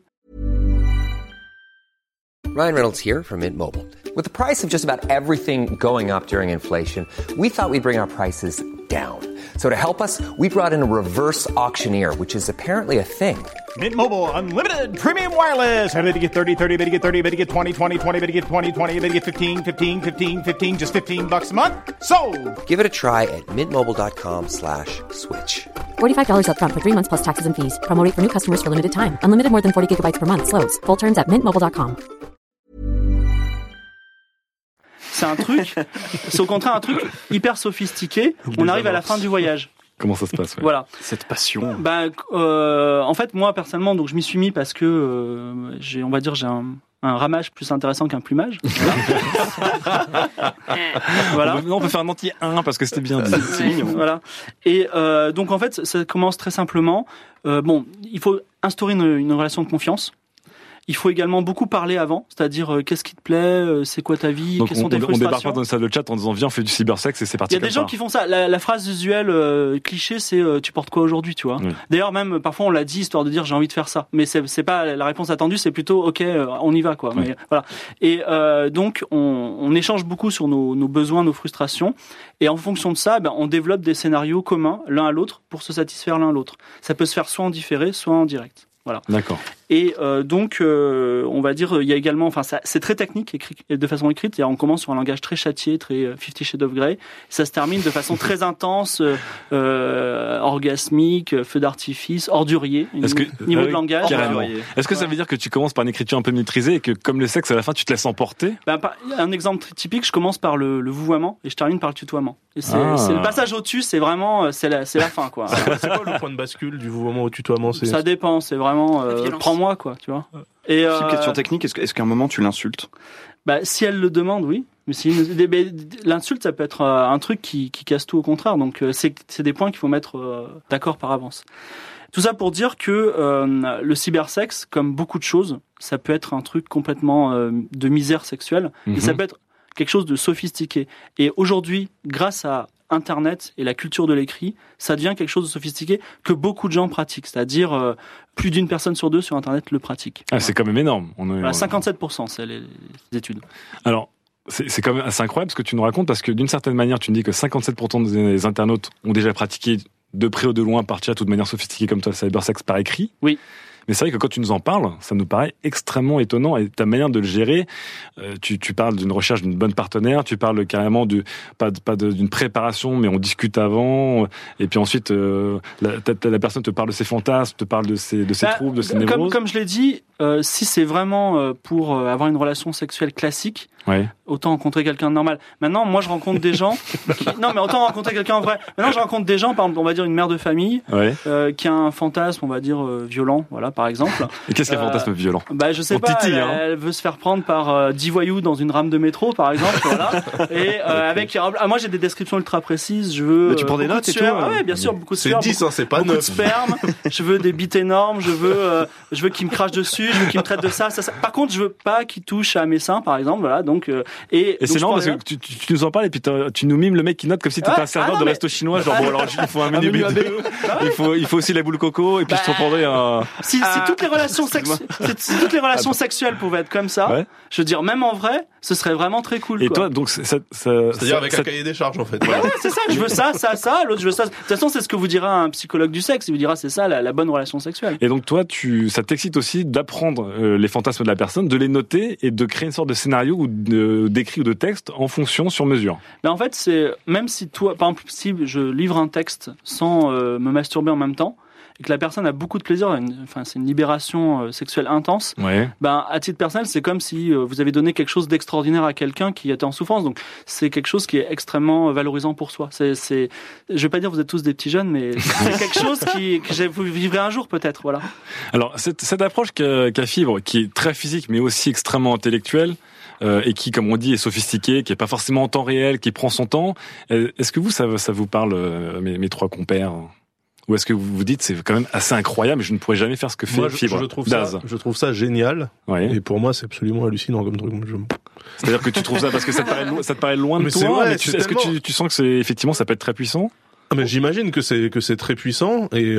Ryan Reynolds here from Mint Mobile. With the price of just about everything going up during inflation, we thought we'd bring our prices down. So to help us, we brought in a reverse auctioneer, which is apparently a thing. Mint Mobile Unlimited Premium Wireless. How to get 30, 30, how to get 30, how to get 20, 20, 20, how to get 20, 20, how to get 15, 15, 15, 15, just $15 a month? Sold! Give it a try at mintmobile.com/switch. $45 up front for 3 months plus taxes and fees. Promo rate for new customers for limited time. Unlimited more than 40 gigabytes per month. Slows full terms at mintmobile.com. C'est au contraire un truc hyper sophistiqué. On arrive à la fin du voyage. Comment ça se passe? Ouais. Voilà. Cette passion. En fait, moi personnellement, donc je m'y suis mis parce que j'ai un ramage plus intéressant qu'un plumage. Voilà. On peut faire un entier 1 parce que c'était bien dit. C'est mignon. Voilà. Et donc en fait, ça commence très simplement. Il faut instaurer une relation de confiance. Il faut également beaucoup parler avant, c'est-à-dire qu'est-ce qui te plaît, c'est quoi ta vie, Donc quelles sont tes frustrations. On débarque pas dans une salle de chat en disant viens on fait du cybersex et c'est parti. Il y a des gens qui font ça. La phrase usuelle cliché, c'est tu portes quoi aujourd'hui, tu vois. Oui. D'ailleurs même parfois on l'a dit histoire de dire j'ai envie de faire ça, mais c'est pas la réponse attendue, c'est plutôt ok on y va quoi. Oui. Mais voilà. Et donc on échange beaucoup sur nos besoins, nos frustrations, et en fonction de ça, on développe des scénarios communs l'un à l'autre pour se satisfaire l'un à l'autre. Ça peut se faire soit en différé, soit en direct. Voilà. D'accord. Et donc, on va dire, il y a également, c'est très technique, écrit de façon écrite. On commence sur un langage très châtié, très 50 Shades of Grey. Ça se termine de façon très intense, orgasmique, feu d'artifice, ordurier, niveau de langage. Carrément. Est-ce que ça veut dire que tu commences par une écriture un peu maîtrisée et que, comme le sexe, à la fin, tu te laisses emporter? Un exemple très typique, je commence par le vouvoiement et je termine par le tutoiement. Et c'est le passage au-dessus, c'est vraiment, c'est la fin, quoi. C'est quoi le point de bascule du vouvoiement au tutoiement? Ça dépend, c'est vraiment, prends-moi, quoi, tu vois. Et Petite question technique, est-ce qu'à un moment tu l'insultes? Si elle le demande, oui. Mais l'insulte, ça peut être un truc qui casse tout au contraire. Donc, c'est des points qu'il faut mettre d'accord par avance. Tout ça pour dire que le cybersexe, comme beaucoup de choses, ça peut être un truc complètement de misère sexuelle, et ça peut être quelque chose de sophistiqué. Et aujourd'hui, grâce à Internet et la culture de l'écrit, ça devient quelque chose de sophistiqué que beaucoup de gens pratiquent. C'est-à-dire, plus d'une personne sur deux sur Internet le pratique. Ah, c'est quand même énorme. 57%, c'est les études. Alors, c'est quand même assez incroyable ce que tu nous racontes, parce que d'une certaine manière, tu nous dis que 57% des internautes ont déjà pratiqué de près ou de loin par chat ou de manière sophistiquée comme toi le cybersex par écrit. Oui. Mais c'est vrai que quand tu nous en parles, ça nous paraît extrêmement étonnant, et ta manière de le gérer, tu parles d'une recherche d'une bonne partenaire, tu parles carrément d'une préparation, mais on discute avant, et puis ensuite la personne te parle de ses fantasmes, te parle de ses troubles, de ses névroses. Comme je l'ai dit, si c'est vraiment pour avoir une relation sexuelle classique, Ouais. Autant rencontrer quelqu'un de normal. Maintenant, moi, je rencontre des gens. Non, mais autant rencontrer quelqu'un en vrai. Maintenant, je rencontre des gens, par exemple, on va dire une mère de famille, qui a un fantasme, on va dire violent, voilà, par exemple. Et qu'est-ce qu'un fantasme violent? Bah, je sais pas. Elle veut se faire prendre par 10 voyous dans une rame de métro, par exemple, voilà. Et avec, moi, j'ai des descriptions ultra précises. Je veux. Mais tu prends des notes et tout. Ah ouais, bien sûr, beaucoup de sueur. C'est 10, c'est pas 9. Beaucoup de sperme. Je veux des bites énormes. Je veux qu'il me crache dessus. Je veux qu'il me traite de ça. Par contre, je veux pas qu'il touche à mes seins, par exemple, voilà. Donc, et c'est marrant parce que tu nous en parles et puis tu nous mimes le mec qui note comme si t'étais un serveur de resto chinois. Genre, bon, alors, il faut un menu B2. Il faut aussi la boule coco et puis je te prendrai un. Si toutes les relations sexuelles pouvaient être comme ça, je veux dire, même en vrai, ce serait vraiment très cool. Et quoi. toi, donc, c'est-à-dire avec un cahier des charges, en fait. Ouais, c'est ça. Je veux ça, l'autre, je veux ça. De toute façon, c'est ce que vous dira un psychologue du sexe. Il vous dira, c'est ça, la bonne relation sexuelle. Et donc, toi, ça t'excite aussi d'apprendre les fantasmes de la personne, de les noter et de créer une sorte de scénario ou d'écrit ou de texte en fonction sur mesure. Mais en fait, c'est, même si toi, par exemple, si je livre un texte sans me masturber en même temps, et que la personne a beaucoup de plaisir, c'est une libération sexuelle intense, ben, à titre personnel, c'est comme si vous avez donné quelque chose d'extraordinaire à quelqu'un qui était en souffrance. Donc, c'est quelque chose qui est extrêmement valorisant pour soi. Je vais pas dire vous êtes tous des petits jeunes, mais c'est quelque chose que vous vivrez un jour peut-être, voilà. Alors, cette approche qu'a Fibre, qui est très physique, mais aussi extrêmement intellectuelle, et qui, comme on dit, est sophistiquée, qui est pas forcément en temps réel, qui prend son temps, est-ce que ça vous parle, mes trois compères? Ou est-ce que vous vous dites c'est quand même assez incroyable, je ne pourrais jamais faire ce que fait Fibre? Je trouve ça génial. Et pour moi, c'est absolument hallucinant comme truc. C'est-à-dire que tu trouves ça parce que ça te paraît loin de toi. Est-ce que tu sens que effectivement ça peut être très puissant? Mais j'imagine que c'est très puissant et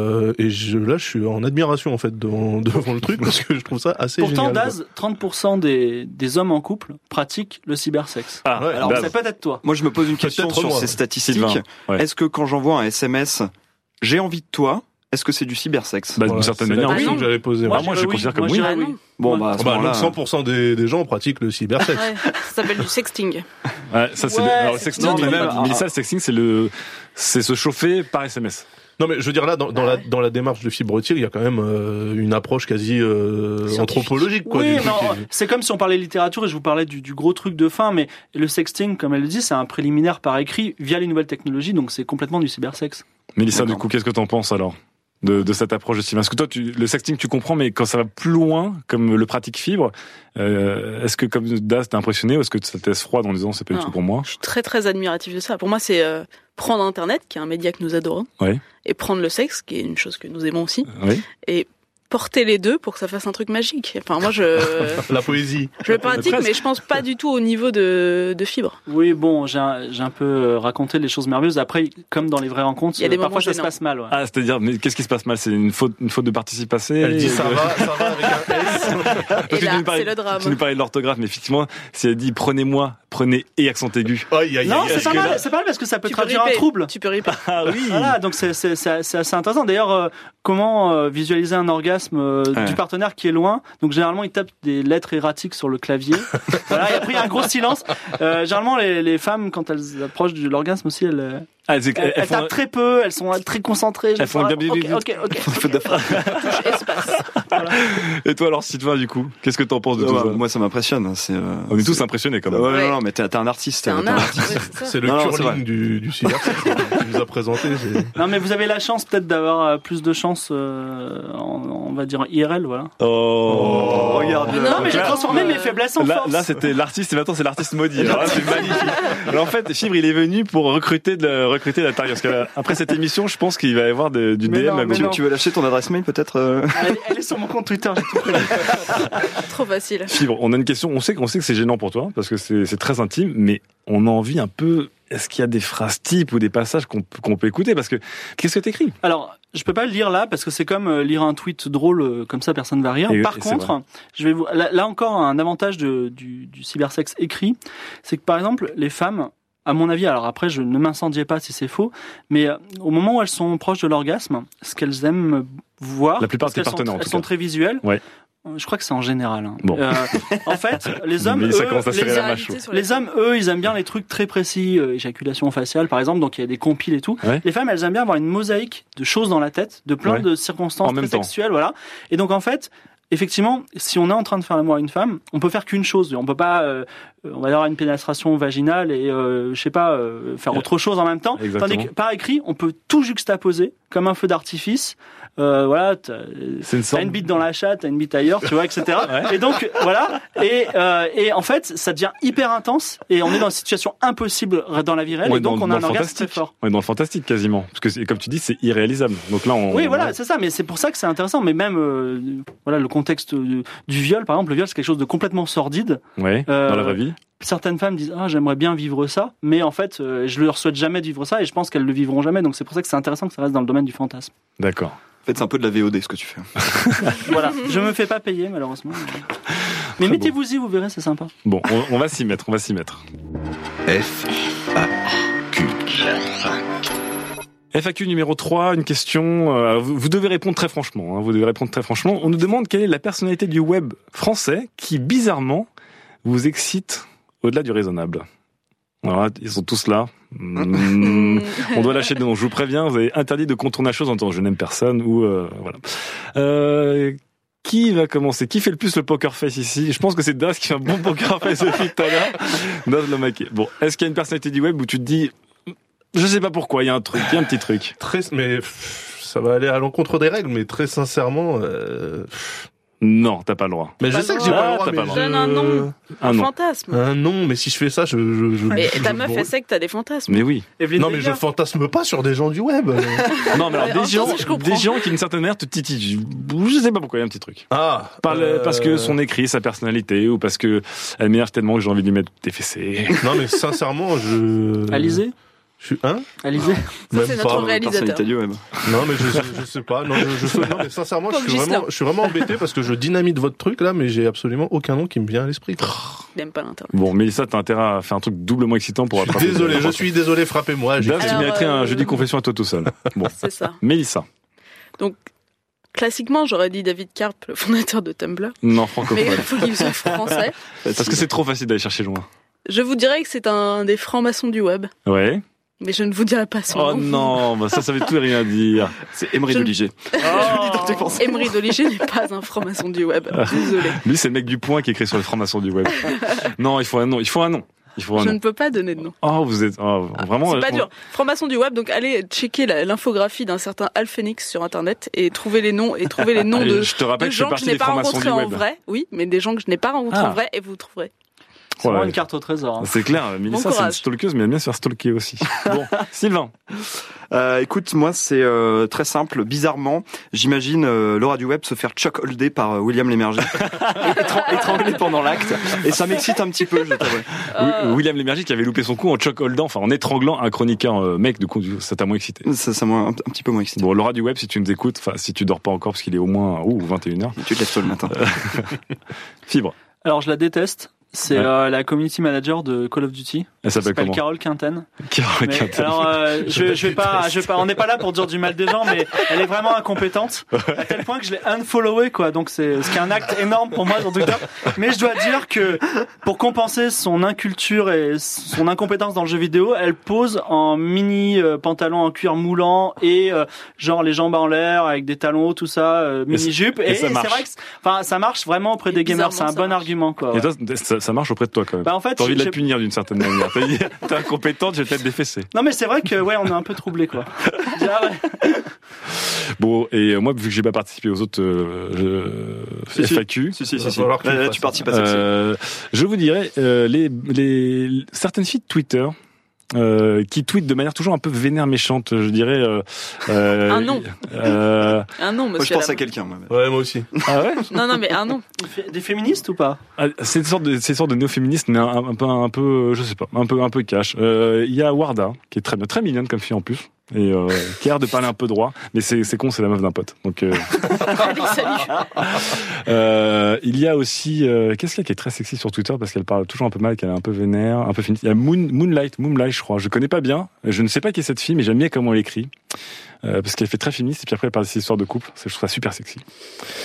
je suis en admiration en fait devant le truc parce que je trouve ça assez génial. Pourtant, Daz, 30% des hommes en couple pratiquent le cybersexe. Alors c'est peut-être toi. Moi, je me pose une question sur ces statistiques. Est-ce que quand j'envoie un SMS, j'ai envie de toi, est-ce que c'est du cybersexe? D'une certaine manière, oui. Que j'avais posé. Moi, je considère comme oui. Bon, donc 100% des gens pratiquent le cybersexe. Ça s'appelle du sexting. Alors le sexting, Mélissa, le sexting, c'est se chauffer par SMS. Non mais je veux dire là dans la démarche de Fibre-Tir, il y a quand même une approche quasi anthropologique quoi. Oui, c'est comme si on parlait littérature et je vous parlais du gros truc de fin, mais le sexting, comme elle le dit, c'est un préliminaire par écrit via les nouvelles technologies, donc c'est complètement du cybersexe. Mélissa, du coup, qu'est-ce que t'en penses alors de cette approche de cyber? Parce que toi, le sexting, tu comprends, mais quand ça va plus loin, comme le pratique Fibre, est-ce que comme Daz t'es impressionné ou est-ce que ça te laisse froid en disant c'est pas du tout pour moi? Je suis très très admiratif de ça. Pour moi, c'est prendre Internet, qui est un média que nous adorons, et prendre le sexe, qui est une chose que nous aimons aussi, et porter les deux pour que ça fasse un truc magique. Enfin, moi, la poésie. Je le pratique, mais je pense pas du tout au niveau de Fibre. Oui, bon, j'ai un peu raconté les choses merveilleuses. Après, comme dans les vraies rencontres, parfois ça se passe mal. Ouais. Ah, c'est-à-dire, mais qu'est-ce qui se passe mal? C'est une faute de participation. Elle dit ça va avec un S. Et là, c'est le drame. Tu nous parlais de l'orthographe, mais effectivement, si elle dit prenez et accent aigu. Non, c'est pas mal parce que ça peut traduire un trouble. Tu peux répéter. Ah oui. Voilà, donc c'est assez intéressant. D'ailleurs, comment visualiser un orgasme du partenaire qui est loin? Donc généralement, il tape des lettres erratiques sur le clavier. Voilà, et après il y a un gros silence. Généralement, les femmes, quand elles approchent de l'orgasme aussi, elles tapent très peu, elles sont très concentrées. Elles font Ok. Touche espace. Voilà. Et toi alors, Sylvain, du coup, qu'est-ce que t'en penses de tout ça? Moi, ça m'impressionne. On est tous impressionnés quand même. Non, mais t'es un artiste. C'est un artiste. C'est le curling du cybersexe que tu nous as présenté. Non, mais vous avez la chance peut-être d'avoir plus de chance, on va dire IRL, voilà. Oh, regarde. Non, mais j'ai transformé mes faiblesses en force. Là, c'était l'artiste et maintenant c'est l'artiste maudit. Alors là, c'est magnifique. Alors en fait, Fibre, il est venu pour recruter de l'intérieur. Parce qu'après cette émission, je pense qu'il va y avoir du DM. Tu veux lâcher ton adresse mail peut-être? Elle est sur mon compte Twitter, j'ai tout prévu. Trop facile. Fibre, on a une question. On sait que c'est gênant pour toi parce que c'est très intime, mais on a envie un peu. Est-ce qu'il y a des phrases types ou des passages qu'on peut écouter? Parce que qu'est-ce que t'écris? Alors, je peux pas le lire là parce que c'est comme lire un tweet drôle, comme ça personne va rire. Par contre, je vais là encore un avantage du cybersexe écrit, c'est que par exemple les femmes, à mon avis, alors après je ne m'incendiais pas si c'est faux, mais au moment où elles sont proches de l'orgasme, ce qu'elles aiment voir, la plupart de tes partenaires, elles sont très visuelles. Ouais. Je crois que c'est en général. Hein. Bon. En fait, les hommes, eux, ils aiment bien les trucs très précis, éjaculation faciale, par exemple. Donc il y a des compiles et tout. Ouais. Les femmes, elles aiment bien avoir une mosaïque de choses dans la tête, de plein de circonstances très sexuelles, voilà. Et donc en fait, effectivement, si on est en train de faire l'amour à une femme, on peut faire qu'une chose. On peut pas, on va avoir une pénétration vaginale et faire autre chose en même temps. Exactement. Tandis que par écrit, on peut tout juxtaposer comme un feu d'artifice. Voilà, t'as une bite dans la chatte, t'as une bite ailleurs, tu vois, etc. Et donc voilà, et en fait, ça devient hyper intense et on est dans une situation impossible dans la vie réelle, et donc on a un orgasme très fort. On est dans le fantastique quasiment, parce que comme tu dis, c'est irréalisable. Donc là, voilà, c'est ça, mais c'est pour ça que c'est intéressant. Mais même, voilà, le contexte du viol, par exemple, le viol, c'est quelque chose de complètement sordide. Ouais, dans la vraie vie. Certaines femmes disent j'aimerais bien vivre ça, mais en fait je leur souhaite jamais de vivre ça et je pense qu'elles le vivront jamais, donc c'est pour ça que c'est intéressant que ça reste dans le domaine du fantasme. D'accord. En fait, c'est un peu de la VOD ce que tu fais. Voilà, je me fais pas payer malheureusement. Mais mettez-vous-y, vous verrez, c'est sympa. Bon, on va s'y mettre, FAQ numéro 3, une question, vous devez répondre très franchement, On nous demande quelle est la personnalité du web français qui, bizarrement, vous excite au-delà du raisonnable. Alors, ils sont tous là. On doit lâcher des noms. Je vous préviens, vous avez interdit de contourner la chose en disant je n'aime personne ou voilà. Qui va commencer? Qui fait le plus le poker face ici? Je pense que c'est Das qui fait un bon poker face depuis tout à l'heure. Das le maquet. Bon, est-ce qu'il y a une personnalité du web où tu te dis, je sais pas pourquoi, il y a un petit truc. Mais ça va aller à l'encontre des règles, mais très sincèrement. Non, t'as pas le droit. Mais je sais que j'ai pas le droit, mais donne un nom. Un fantasme. Un nom, mais si je fais ça, Mais ta meuf, elle sait que t'as des fantasmes. Mais oui. Non, mais je fantasme pas sur des gens du web. Non, mais alors des gens qui d'une certaine manière te titillent. Je sais pas pourquoi, il y a un petit truc. Parce que son écrit, sa personnalité, ou parce que elle m'énerve tellement que j'ai envie de lui mettre des fessées. Non, mais sincèrement, Alizé? Alizé. Ça, c'est notre réalisateur. Non, mais je sais pas. Non, mais sincèrement, je suis vraiment embêté parce que je dynamite votre truc là, mais j'ai absolument aucun nom qui me vient à l'esprit. Il n'aime pas l'internet. Bon, Mélissa, t'as intérêt à faire un truc doublement excitant pour attraper. Je suis désolé, frappez-moi. Tu mériterais un jeudi confession à toi tout seul. Bon. C'est ça. Mélissa. Donc, classiquement, j'aurais dit David Karp, le fondateur de Tumblr. Non, francophone. Mais il faut qu'il soit français. Parce que c'est trop facile d'aller chercher loin. Je vous dirais que c'est un des francs-maçons du web. Ouais. Mais je ne vous dirai pas son nom. Oh non, bah ça veut tout et rien dire. C'est Emery Doliger. Emery Doliger n'est pas un franc-maçon du web. Désolé. Lui, c'est le mec du Point qui écrit sur les francs-maçons du web. Non, il faut un nom. Je ne peux pas donner de nom. Oh, vous êtes vraiment. C'est pas dur. Franc-maçon du web, donc allez checker l'infographie d'un certain Al Phoenix sur internet et trouver les noms de je te rappelle de gens que je n'ai pas rencontrés en vrai. Oui, mais des gens que je n'ai pas rencontrés en vrai et vous trouverez. C'est vraiment une carte au trésor. Hein. C'est clair, Mélissa, c'est une stalkeuse, mais elle aime bien se faire stalker aussi. Bon, Sylvain. Écoute, moi, c'est très simple. Bizarrement, j'imagine Laura du Web se faire choc-holder par William Lémergie. étranglé pendant l'acte. Et ça m'excite un petit peu, je t'avoue. William Lémergie qui avait loupé son coup en choc-holdant, en étranglant un chroniqueur mec, du coup, ça t'a moins excité. Ça m'a un petit peu moins excité. Bon, Laura du Web, si tu nous écoutes, si tu dors pas encore, parce qu'il est au moins 21h. Tu te lèves tôt le matin. Fibre. Alors, je la déteste. C'est la community manager de Call of Duty. Elle s'appelle comment? Carole Quinten. Quinten. Alors, je vais pas, on n'est pas là pour dire du mal des gens, mais elle est vraiment incompétente. À tel point que je l'ai unfollowé, quoi. Donc ce qui est un acte énorme pour moi sur Twitter. Mais je dois dire que, pour compenser son inculture et son incompétence dans le jeu vidéo, elle pose en mini pantalon en cuir moulant et, genre les jambes en l'air avec des talons hauts, tout ça, mini jupe. Et c'est vrai que, ça marche vraiment auprès des gamers. C'est un bon argument, quoi. Et toi, ça marche auprès de toi quand même. Bah en fait, t'as envie de la punir d'une certaine manière. T'es incompétente, je vais peut-être défesser. Non mais c'est vrai que on est un peu troublé quoi. Bon, et moi vu que j'ai pas participé aux autres FAQ, si. Tu participes à celle-ci. Je vous dirais les certaines filles de Twitter. Qui tweetent de manière toujours un peu vénère méchante, je dirais. Un nom. Un nom, monsieur. Je pense à quelqu'un. Ouais, moi aussi. Ah ouais? Non, mais un nom. Des féministes ou pas? C'est une sorte de néo-féministe, mais un peu, je sais pas, un peu cash. Il y a Warda, qui est très mignonne comme fille en plus. Et qui a l'air de parler un peu droit, mais c'est con, c'est la meuf d'un pote. Donc allez, salut. Il y a aussi qu'est-ce qu'il y a qui est très sexy sur Twitter parce qu'elle parle toujours un peu mal, qu'elle est un peu vénère, un peu féministe. Il y a Moonlight, je crois. Je connais pas bien. Je ne sais pas qui est cette fille, mais j'aime bien comment elle écrit parce qu'elle fait très féministe et puis après elle parle de ses histoires de couple. Je trouve ça super sexy.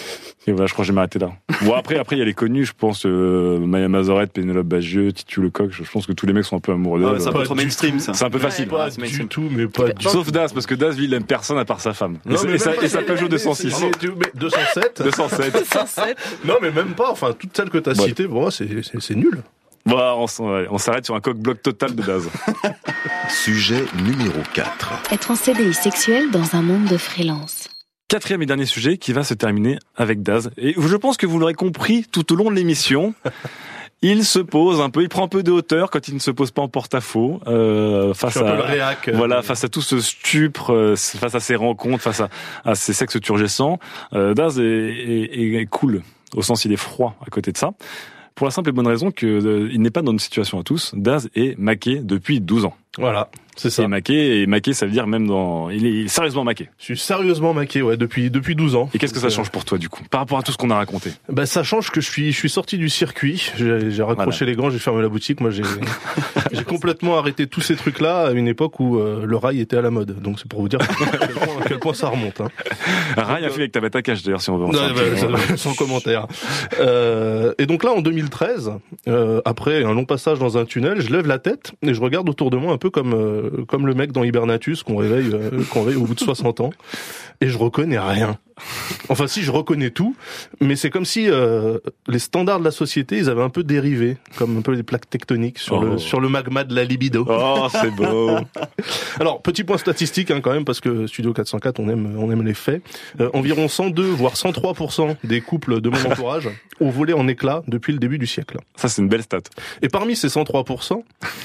Et voilà, je crois que je vais m'arrêter là. Bon, après, il y a les connus, je pense, Maya Mazorette, Pénélope Bagieux, Titu Lecoq, je pense que tous les mecs sont un peu amoureux d'eux. Ah ouais, c'est un peu trop mainstream, ça. C'est un peu facile. Pas du tout, mais pas du tout. Sauf Daz, parce que Daz, lui, il aime personne à part sa femme. Et ça Peugeot 206. Mais 207. 207. Non, mais même pas, enfin, toutes celles que t'as citées, pour moi, c'est nul. Bon, on s'arrête sur un coq-bloc total de Daz. Sujet numéro 4. Être en CDI sexuel dans un monde de freelance. 4e et dernier sujet qui va se terminer avec Daz. Et je pense que vous l'aurez compris tout au long de l'émission. Il se pose un peu, il prend un peu de hauteur quand il ne se pose pas en porte-à-faux face à tout ce stupre, face à ces rencontres, face à ces sexes turgescents. Daz est cool, au sens il est froid à côté de ça. Pour la simple et bonne raison que il n'est pas dans une situation à tous. Daz est maqué depuis 12 ans. Voilà, c'est ça. Et maqué, ça veut dire même il est sérieusement maqué. Je suis sérieusement maqué, ouais, depuis 12 ans. Et qu'est-ce que ça change pour toi, du coup, par rapport à tout ce qu'on a raconté? Bah, ça change que je suis sorti du circuit. J'ai raccroché les gants, j'ai fermé la boutique. Moi, j'ai complètement arrêté tous ces trucs-là à une époque où le rail était à la mode. Donc, c'est pour vous dire à quel point ça remonte, hein. Rail a fait avec ta bête à cache, d'ailleurs, si on veut. Sans commentaire. Et donc là, en 2013, après un long passage dans un tunnel, je lève la tête et je regarde autour de moi un peu comme le mec dans Hibernatus qu'on réveille au bout de 60 ans, et je reconnais rien. Enfin si, je reconnais tout, mais c'est comme si les standards de la société, ils avaient un peu dérivé, comme un peu des plaques tectoniques sur le magma de la libido. Oh, c'est beau. Alors, petit point statistique quand même, parce que Studio 404, on aime les faits. Environ 102, voire 103% des couples de mon entourage ont volé en éclats depuis le début du siècle. Ça, c'est une belle stat. Et parmi ces 103%,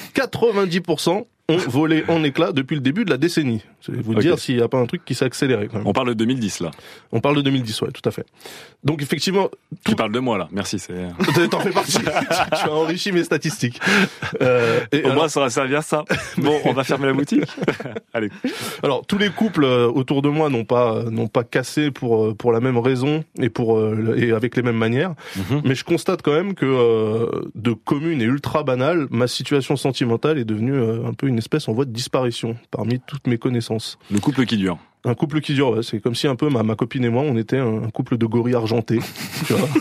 90% ont volé en éclats depuis le début de la décennie. C'est vous dire s'il n'y a pas un truc qui s'est accéléré quand même. On parle de 2010 là. On parle de 2010, ouais, tout à fait. Donc effectivement... Tu parles de moi là, merci. T'en fais partie, tu as enrichi mes statistiques. Au moins ça aura servi à ça. Bon, on va fermer la boutique. Allez. Alors tous les couples autour de moi n'ont pas cassé pour la même raison et avec les mêmes manières. Mm-hmm. Mais je constate quand même que de commune et ultra banale, ma situation sentimentale est devenue un peu une espèce en voie de disparition parmi toutes mes connaissances. Le couple qui dure. Un couple qui dure, ouais. C'est comme si un peu ma copine et moi, on était un couple de gorilles argentés, tu vois.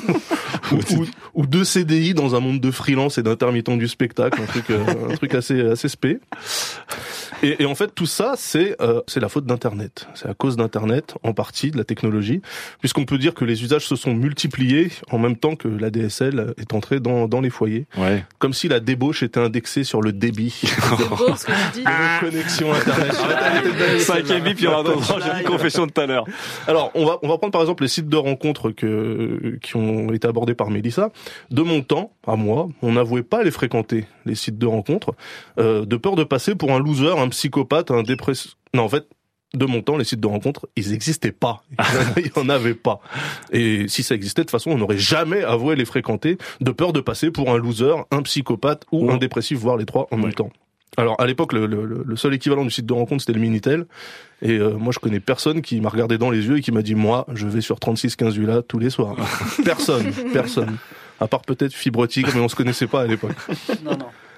ou deux CDI dans un monde de freelance et d'intermittents du spectacle, un truc assez spé. Et en fait, tout ça, c'est la faute d'Internet. C'est à cause d'Internet, en partie, de la technologie, puisqu'on peut dire que les usages se sont multipliés en même temps que la DSL est entrée dans les foyers. Ouais. Comme si la débauche était indexée sur le débit. C'est beau ce que tu dis. Connexion Internet. 5e bip, il y aura d'autres. J'ai dit confession de tout à l'heure. Alors, on va prendre par exemple les sites de rencontres qui ont été abordés par Mélissa. De mon temps, à moi, on n'avouait pas les fréquenter, les sites de rencontres, de peur de passer pour un loser, un psychopathe, un dépressif. Non, en fait, de mon temps, les sites de rencontres, ils n'existaient pas. Il y en avait pas. Et si ça existait, de toute façon, on n'aurait jamais avoué les fréquenter, de peur de passer pour un loser, un psychopathe ou un dépressif, voire les trois en même temps. Alors, à l'époque, le seul équivalent du site de rencontre, c'était le Minitel. Et moi, je connais personne qui m'a regardé dans les yeux et qui m'a dit, moi, je vais sur 3615 ULA tous les soirs. Personne. À part peut-être Fibre Tigre, mais on se connaissait pas à l'époque. Non.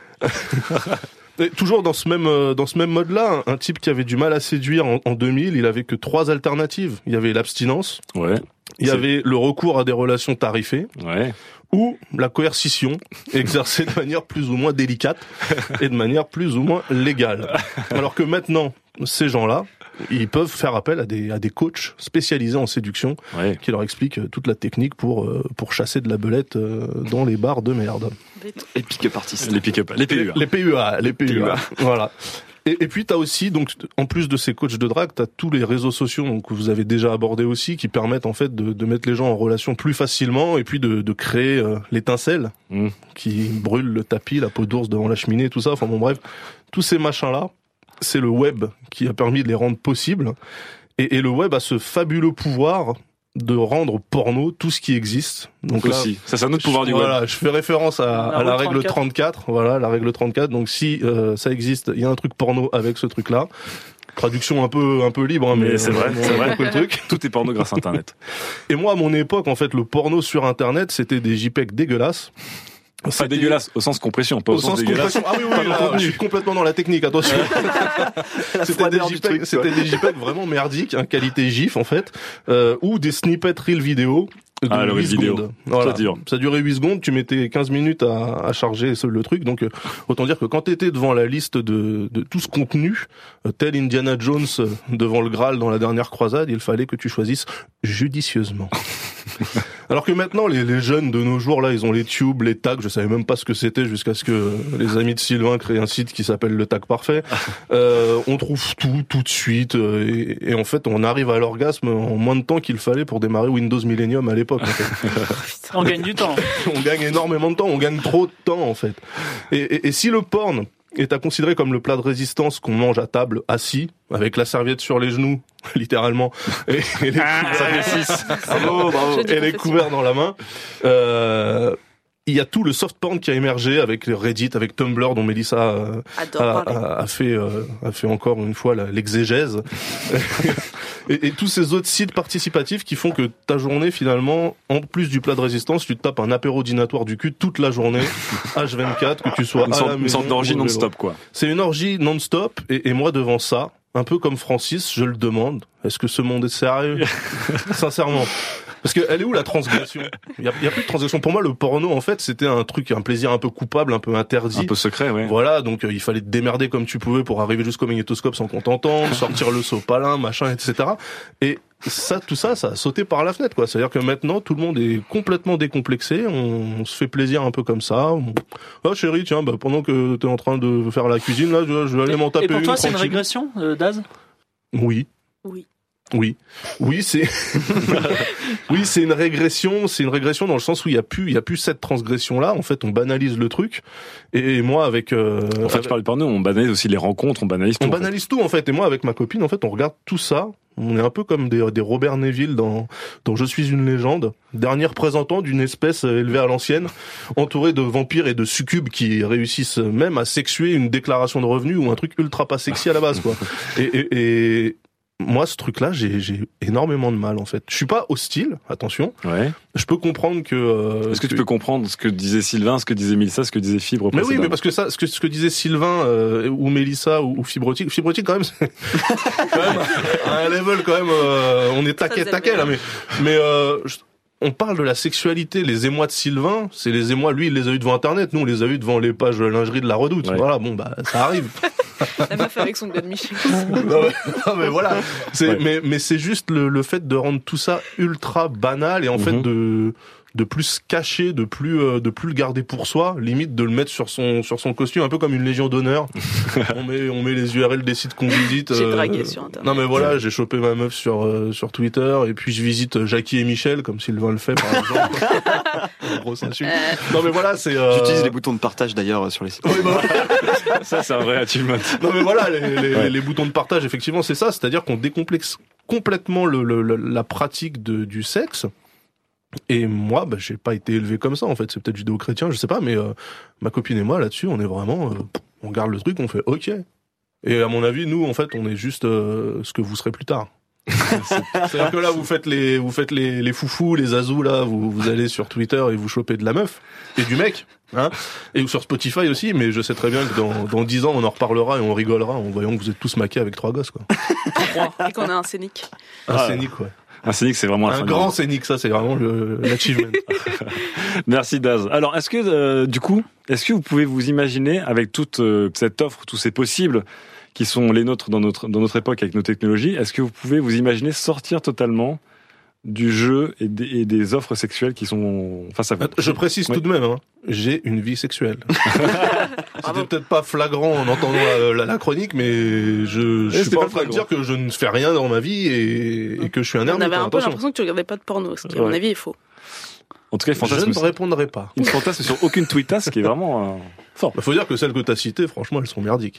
Et toujours dans ce même mode-là, un type qui avait du mal à séduire en 2000, il avait que 3 alternatives. Il y avait l'abstinence. Ouais. Il y avait le recours à des relations tarifées. Ouais. Ou la coercition, exercée de manière plus ou moins délicate et de manière plus ou moins légale. Alors que maintenant, ces gens-là, ils peuvent faire appel à des coachs spécialisés en séduction qui leur expliquent toute la technique pour chasser de la belette dans les bars de merde. Les pick-up artistes. Les PUA. Les PUA. Voilà. Et puis t'as aussi, donc en plus de ces coachs de drague, t'as tous les réseaux sociaux donc, que vous avez déjà abordés aussi, qui permettent en fait de mettre les gens en relation plus facilement et puis de créer l'étincelle qui brûle le tapis, la peau d'ours devant la cheminée, tout ça. Enfin bon bref, tous ces machins-là, c'est le web qui a permis de les rendre possibles. Et le web a ce fabuleux pouvoir de rendre porno tout ce qui existe. Donc aussi, là, ça c'est un autre pouvoir du web. Voilà, je fais référence à la règle 34. Voilà, la règle 34. Donc si ça existe, il y a un truc porno avec ce truc-là. Traduction un peu libre, hein, mais c'est vrai. Le truc. Tout est porno grâce à Internet. Et moi, à mon époque, en fait, le porno sur Internet, c'était des JPEG dégueulasses. Pas dégueulasse, au sens compression, pas au sens dégueulasse. Ah oui, là, je suis complètement dans la technique, attention. C'était des JPEG vraiment merdiques, hein, qualité GIF en fait, ou des snippets reel vidéo le 8 vidéo. secondes. Voilà. Ça durait 8 secondes, tu mettais 15 minutes à charger le truc. Donc, autant dire que quand t'étais devant la liste de tout ce contenu, tel Indiana Jones devant le Graal dans la dernière croisade, il fallait que tu choisisses judicieusement. Alors que maintenant, les jeunes de nos jours, là, ils ont les tubes, les tags, je savais même pas ce que c'était jusqu'à ce que les amis de Sylvain créent un site qui s'appelle le tag parfait. On trouve tout de suite, et en fait, on arrive à l'orgasme en moins de temps qu'il fallait pour démarrer Windows Millennium à l'époque. En fait. On gagne du temps. On gagne énormément de temps, on gagne trop de temps, en fait. Et si le porn est à considérer comme le plat de résistance qu'on mange à table assis, avec la serviette sur les genoux, littéralement, et les et les couverts dans la main, il y a tout le soft porn qui a émergé avec Reddit, avec Tumblr, dont Mélissa a fait encore une fois l'exégèse. Et tous ces autres sites participatifs qui font que ta journée, finalement, en plus du plat de résistance, tu te tapes un apéro dînatoire du cul toute la journée, H24, que tu sois une sorte d'orgie non-stop, quoi. C'est une orgie non-stop, et moi, devant ça, un peu comme Francis, je le demande, est-ce que ce monde est sérieux? Sincèrement. Parce que elle est où la transgression? Il y a plus de transgression. Pour moi, le porno, en fait, c'était un plaisir un peu coupable, un peu interdit. Un peu secret, ouais. Voilà, donc il fallait te démerder comme tu pouvais pour arriver jusqu'au magnétoscope sans qu'on t'entende, sortir le sopalin, machin, etc. Et tout ça a sauté par la fenêtre, quoi. C'est-à-dire que maintenant, tout le monde est complètement décomplexé, on se fait plaisir un peu comme ça. Ah, chérie, tiens, pendant que t'es en train de faire la cuisine, là, je vais aller m'en taper une. Et pour toi, c'est une tranquille. régression, Daz? Oui. Oui, c'est c'est une régression, dans le sens où il y a plus cette transgression là, en fait, on banalise le truc. Et moi avec je parle par nous, on banalise aussi les rencontres, on banalise tout. En fait, et moi avec ma copine, en fait, on regarde tout ça, on est un peu comme des Robert Neville dans Je suis une légende, dernier représentant d'une espèce élevée à l'ancienne, entouré de vampires et de succubes qui réussissent même à sexuer une déclaration de revenus ou un truc ultra pas sexy à la base, quoi. Et moi, ce truc-là, j'ai énormément de mal, en fait. Je suis pas hostile, attention. Ouais. Je peux comprendre que... Est-ce que tu peux comprendre ce que disait Sylvain, ce que disait Mélissa, ce que disait Fibre? Mais oui, mais parce que ça, ce que disait Sylvain, ou Mélissa, ou Fibrotique, quand même, c'est quand même un level, quand même, on est taquet, là, mais on parle de la sexualité, les émois de Sylvain, c'est les émois, lui, il les a eu devant Internet, nous, on les a eu devant les pages lingerie de la Redoute. Ouais. Voilà, ça arrive. La meuf avec son gars de Michel. non, mais voilà. Mais c'est juste le fait de rendre tout ça ultra banal et en fait de plus cacher, de plus le garder pour soi, limite de le mettre sur son costume, un peu comme une légion d'honneur. on met les URL des sites qu'on visite. J'ai dragué sur Internet. Non mais voilà, j'ai chopé ma meuf sur Twitter et puis je visite Jackie et Michel comme Sylvain le fait par exemple. Grosse insulte. Non mais voilà, c'est j'utilise les boutons de partage d'ailleurs sur les sites. Oui, bah, ça c'est un vrai achievement. Non mais voilà, les boutons de partage, effectivement, c'est ça, c'est-à-dire qu'on décomplexe complètement la pratique du sexe. Et moi, j'ai pas été élevé comme ça, en fait. C'est peut-être judéo-chrétien, je sais pas, mais ma copine et moi, là-dessus, on est vraiment... on garde le truc, on fait OK. Et à mon avis, nous, en fait, on est juste ce que vous serez plus tard. C'est-à-dire que là, vous faites les foufous, les azous, là, vous allez sur Twitter et vous chopez de la meuf et du mec, hein, et sur Spotify aussi, mais je sais très bien que dans 10 ans, on en reparlera et on rigolera en voyant que vous êtes tous maqués avec 3 gosses, quoi. Et qu'on a un scénic. Un scénic, ouais. Un scénic, c'est vraiment un grand scénic, ça, c'est vraiment l'achievement. Merci Daz. Alors, est-ce que vous pouvez vous imaginer, avec toute cette offre, tous ces possibles qui sont les nôtres dans notre époque avec nos technologies, est-ce que vous pouvez vous imaginer sortir totalement du jeu et des offres sexuelles qui sont face à vous? Je précise tout de même, hein, j'ai une vie sexuelle. C'était peut-être pas flagrant en entendant la chronique, mais je suis pas en train de dire que je ne fais rien dans ma vie et que je suis un ermite. On avait un peu l'impression que tu regardais pas de porno, ce qui, à mon avis, est faux. En tout cas, je ne répondrai pas. Il ne fantasme sur aucune tweetasse, ce qui est vraiment fort. Faut dire que celles que t'as citées, franchement, elles sont merdiques.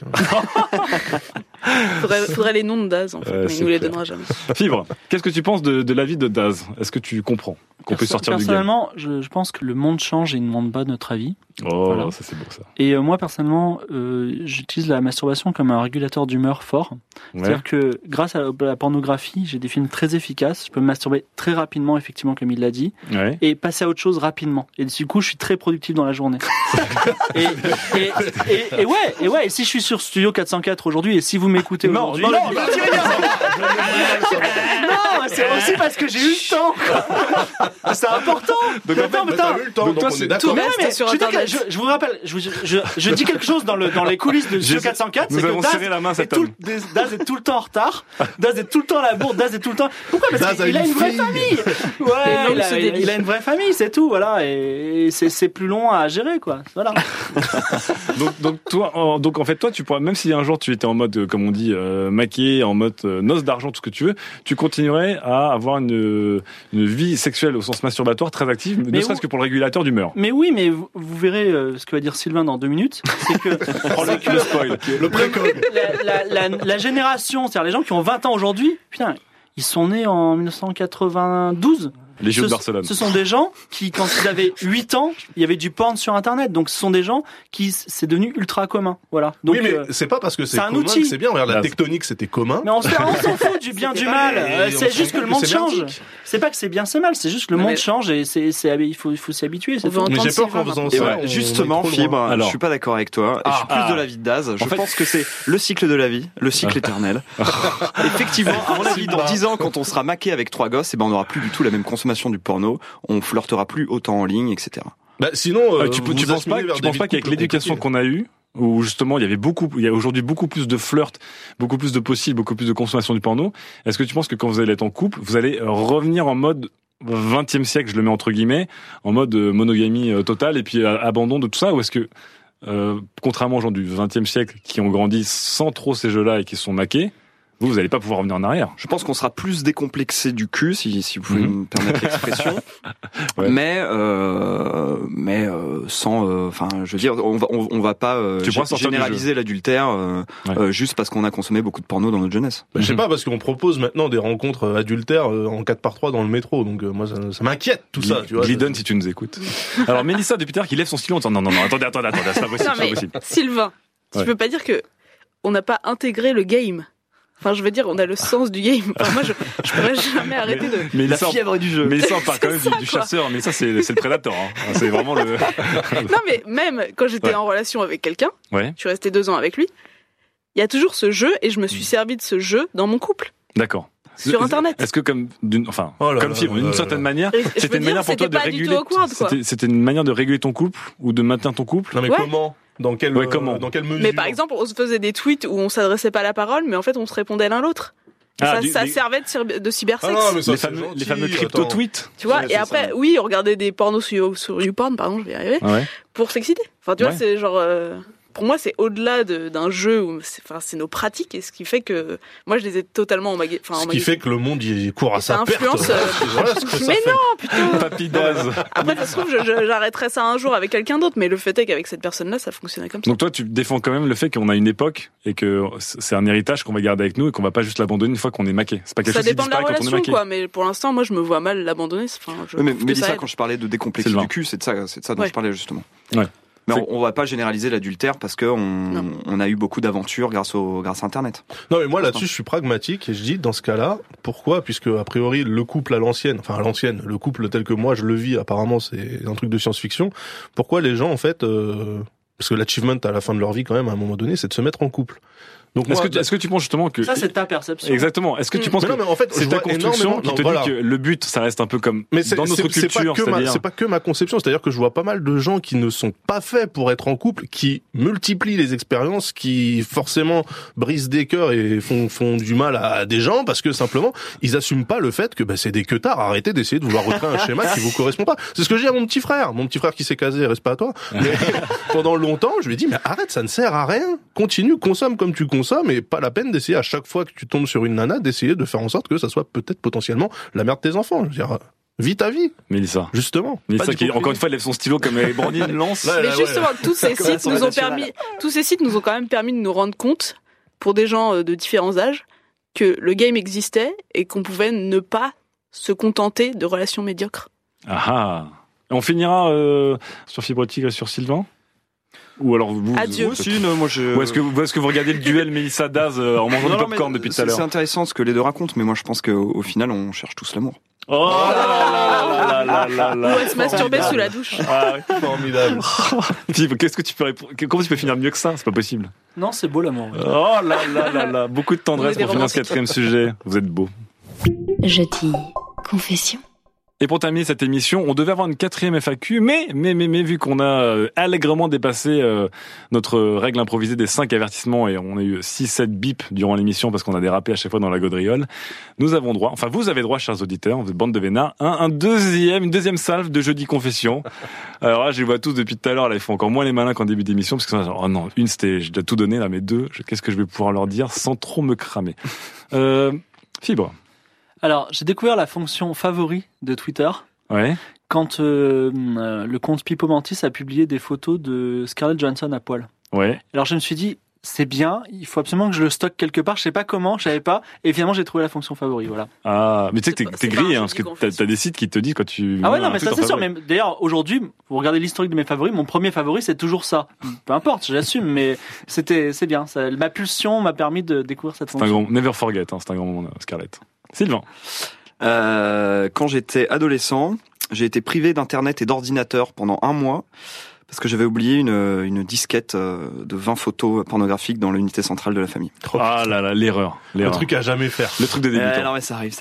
Faudrait les noms de Daz, en fait, mais il nous les donnera jamais. Fibre, qu'est-ce que tu penses de l'avis de Daz? Est-ce que tu comprends qu'on peut sortir du game? Personnellement, je pense que le monde change et il ne demande pas notre avis. Oh, Voilà. ça c'est beau ça. Et moi personnellement, j'utilise la masturbation comme un régulateur d'humeur fort. Ouais. C'est-à-dire que grâce à la pornographie, j'ai des films très efficaces. Je peux me masturber très rapidement, effectivement, comme il l'a dit, Ouais. et passer à autre chose rapidement. Et du coup, je suis très productif dans la journée. et si je suis sur Studio 404 aujourd'hui, et si vous m'écoutez aujourd'hui, non, c'est aussi parce que j'ai eu le temps. C'est important. Donc en fait, t'as eu le temps, donc on est d'accord. Mais ouais, mais sur je, Internet. je vous rappelle, je dis quelque chose dans les coulisses de Studio 404, Nous c'est avons que serré la main à cet homme. Daz est tout le temps en retard, Daz est tout le temps à la bourre, Daz est tout le temps... Pourquoi ? Parce Daz qu'il a a une une vraie fille. famille. Ouais, il a une vraie famille, c'est tout, voilà, et c'est plus long à gérer, quoi, voilà. Donc en fait toi tu pourrais, même si un jour tu étais en mode comme on dit maquillé, en mode noce d'argent, tout ce que tu veux, tu continuerais à avoir une vie sexuelle au sens masturbatoire très active, ne serait-ce que pour le régulateur d'humeur. Mais oui, mais vous verrez ce que va dire Sylvain dans 2 minutes, c'est que, Le spoil. Le précog. la génération, c'est-à-dire les gens qui ont 20 ans aujourd'hui, putain, ils sont nés en 1992. Les Jeux de Barcelone. Ce sont des gens qui, quand ils avaient 8 ans, il y avait du porn sur Internet. Donc, ce sont des gens qui, c'est devenu ultra commun. Voilà. Donc, Oui, mais c'est pas parce que c'est un commun outil. que c'est bien. Regarde, la Là, tectonique, c'était commun. mais on s'en fout du bien, du mal. C'est juste que le monde c'est change. merdique. C'est pas que c'est bien, c'est mal. C'est juste que le Non, monde mais- change et il faut s'y habituer. C'est On veut tout. Mais entendre j'ai peur qu'en Sylvain faisant Et ça, ouais, on justement, est trop loin. Fibre, Alors. je suis pas d'accord avec toi. Et je suis plus de l'avis de Daz. Je fait- pense que c'est le cycle de la vie, le cycle éternel. Effectivement, à mon avis, dans 10 ans, quand on sera maqué avec 3 gosses, on n'aura plus du tout la même consommation du porno. On flirtera plus autant en ligne, etc. Bah, sinon, Tu vous penses acheminez pas vers des vies de qu'avec couple l'éducation compliquées. qu'on a eue, où justement il y a aujourd'hui beaucoup plus de flirt, beaucoup plus de possibles, beaucoup plus de consommation du porno, est-ce que tu penses que quand vous allez être en couple, vous allez revenir en mode 20e siècle, je le mets entre guillemets, en mode monogamie totale et puis abandon de tout ça, ou est-ce que contrairement aux gens du 20e siècle qui ont grandi sans trop ces jeux-là et qui se sont maqués, vous allez pas pouvoir revenir en arrière. Je pense qu'on sera plus décomplexé du cul, si vous pouvez Mhm. me permettre l'expression. Ouais. Mais sans, enfin, je veux dire, on va pas Tu pourras sortir du généraliser l'adultère juste parce qu'on a consommé beaucoup de porno dans notre jeunesse. Bah, je sais pas, parce qu'on propose maintenant des rencontres adultères en 4x3 dans le métro, donc moi ça m'inquiète tout ça, tu vois. Glidden, si tu nous écoutes. Alors Mélissa depuis tout à l'heure qui lève son stylo en disant non, attendez, c'est pas possible, Non, c'est pas mais possible. Sylvain, Ouais. tu peux pas dire que on n'a pas intégré le game. Enfin, je veux dire, on a le sens du game. Enfin, moi, je pourrais jamais arrêter de... Mais La fièvre du jeu. Mais ça, on parle quand même C'est ça, du quoi. chasseur, mais ça, c'est le prédateur. Hein. C'est vraiment le. Non, mais même quand j'étais Ouais. en relation avec quelqu'un, Ouais, je suis restée 2 ans avec lui, il y a toujours ce jeu et je me suis servi de ce jeu dans mon couple, d'accord. sur Internet. Est-ce que comme Oh là comme là Fibre, là d'une là certaine là. manière, Et je c'était veux une dire, manière pour toi c'était de pas du réguler. tout awkward, quoi. C'était une manière de réguler ton couple ou de maintenir ton couple. Non mais Ouais. comment? Dans quelle, Ouais, comment dans quelle mesure? Mais par exemple, on se faisait des tweets où on s'adressait pas la parole, mais en fait, on se répondait l'un l'autre. Ah, Ça servait de cybersex. Ah non, mais ça, Les c'est fameux, gentil, les fameux attends. crypto-tweets. Tu vois, Ouais, et c'est après, ça. oui, on regardait des pornos sur YouPorn, pardon, je vais y arriver, Ouais. pour s'exciter. Enfin, tu vois, Ouais. c'est genre... pour moi, c'est au-delà d'un jeu, où c'est nos pratiques, et ce qui fait que... Moi, je les ai totalement emmagués. Ce qui fait que le monde il court à Et ça sa perte. influence, Voilà ce que ça Mais fait. non, putain. Papy Daz. Après, ça se trouve, j'arrêterai ça un jour avec quelqu'un d'autre, mais le fait est qu'avec cette personne-là, ça fonctionnait comme ça. Donc toi, tu défends quand même le fait qu'on a une époque et que c'est un héritage qu'on va garder avec nous et qu'on va pas juste l'abandonner une fois qu'on est maqué. C'est pas quelque Ça chose qui dépend de la disparaît quand on est relation, maqué. quoi, mais pour l'instant, moi, je me vois mal l'abandonner. Enfin, je Mais trouve que Mélissa, ça aide. quand je parlais de décomplexer Sylvain. du cul, c'est de ça dont Ouais. je parlais justement. Ouais. Mais C'est- on va pas généraliser l'adultère parce que on a eu beaucoup d'aventures grâce à Internet. Non mais moi là-dessus je suis pragmatique et je dis dans ce cas-là, pourquoi? Puisque a priori le couple à l'ancienne, le couple tel que moi je le vis, apparemment c'est un truc de science-fiction, pourquoi les gens en fait, parce que l'achievement à la fin de leur vie quand même à un moment donné c'est de se mettre en couple. Donc moi, Est-ce que tu penses justement que Ça, c'est ta perception. exactement. Est-ce que tu penses Mais que non, mais en fait, c'est je ta vois construction énormément- qui non, te voilà. dit que le but, ça reste un peu comme mais dans notre culture, c'est-à-dire c'est pas que ma conception, c'est-à-dire que je vois pas mal de gens qui ne sont pas faits pour être en couple, qui multiplient les expériences, qui forcément brisent des cœurs et font du mal à des gens parce que simplement ils assument pas le fait que c'est des queutards. Arrêtez d'essayer de vouloir recréer un schéma qui vous correspond pas. C'est ce que j'ai à mon petit frère qui s'est casé, reste pas à toi. Mais pendant longtemps, je lui ai dit mais arrête, ça ne sert à rien. Continue, consomme comme tu consommes et pas la peine d'essayer à chaque fois que tu tombes sur une nana d'essayer de faire en sorte que ça soit peut-être potentiellement la mère de tes enfants. Je veux dire, vis ta vie, Mélissa. justement. Mélissa Pas qui, d'hypocrisie. encore une fois, lève son stylo comme Brandy lance. Ouais, Mais ouais. justement, tous ces Comme sites nous ont nationale. tous ces sites nous ont quand même permis de nous rendre compte, pour des gens de différents âges, que le game existait et qu'on pouvait ne pas se contenter de relations médiocres. Ah ah. On finira sur Fibre Tigre et sur Sylvain. Ou alors vous... Adieu. Aussi, non, moi je... Ou est-ce que vous regardez le duel Mélissa-Daz en mangeant du popcorn depuis tout à l'heure? C'est intéressant ce que les deux racontent, mais moi je pense qu'au final on cherche tous l'amour. Oh là là là là là. Ou à se masturber sous la douche. Ah, formidable. Qu'est-ce que tu peux comment tu peux finir mieux que ça? C'est pas possible. Non, c'est beau l'amour. Ouais. Oh là là là là. Beaucoup de tendresse On est pour finir ce romantiques. 4e sujet. Vous êtes beau. Jeudi confession. Et pour terminer cette émission, on devait avoir une 4e FAQ, mais vu qu'on a allègrement dépassé notre règle improvisée des 5 avertissements et on a eu 6-7 bips durant l'émission parce qu'on a dérapé à chaque fois dans la gaudriole, nous avons droit, enfin vous avez droit, chers auditeurs, vous êtes bande de vénards, une deuxième salve de jeudi confession. Alors là, je les vois tous depuis tout à l'heure, là, ils font encore moins les malins qu'en début d'émission parce que genre, oh non, une c'était, j'ai déjà tout donné, là, mais 2, qu'est-ce que je vais pouvoir leur dire sans trop me cramer? Fibre. Alors, j'ai découvert la fonction favori de Twitter Ouais. quand le compte Pipo Mantis a publié des photos de Scarlett Johansson à poil. Ouais. Alors, je me suis dit, c'est bien, il faut absolument que je le stocke quelque part. Je sais pas comment, je savais pas. Et finalement, j'ai trouvé la fonction favori, voilà. Ah, mais tu sais que C'est t'es pas un grillé, jeudi parce que confession. t'as des sites qui te disent quand tu... Ah ouais, mets non, un mais truc ça en c'est sûr. favori. Mais d'ailleurs, aujourd'hui, vous regardez l'historique de mes favoris, mon premier favori, c'est toujours ça. Peu importe, j'assume, mais c'est bien. Ça, ma pulsion m'a permis de découvrir cette C'est un fonction. grand... Never forget, hein, c'est un grand moment, Scarlett. Sylvain. Quand j'étais adolescent, j'ai été privé d'internet et d'ordinateur pendant 1 mois parce que j'avais oublié une disquette de 20 photos pornographiques dans l'unité centrale de la famille. Ah là là, l'erreur. Le truc à jamais faire. Le truc de débutant. Non mais ça arrive.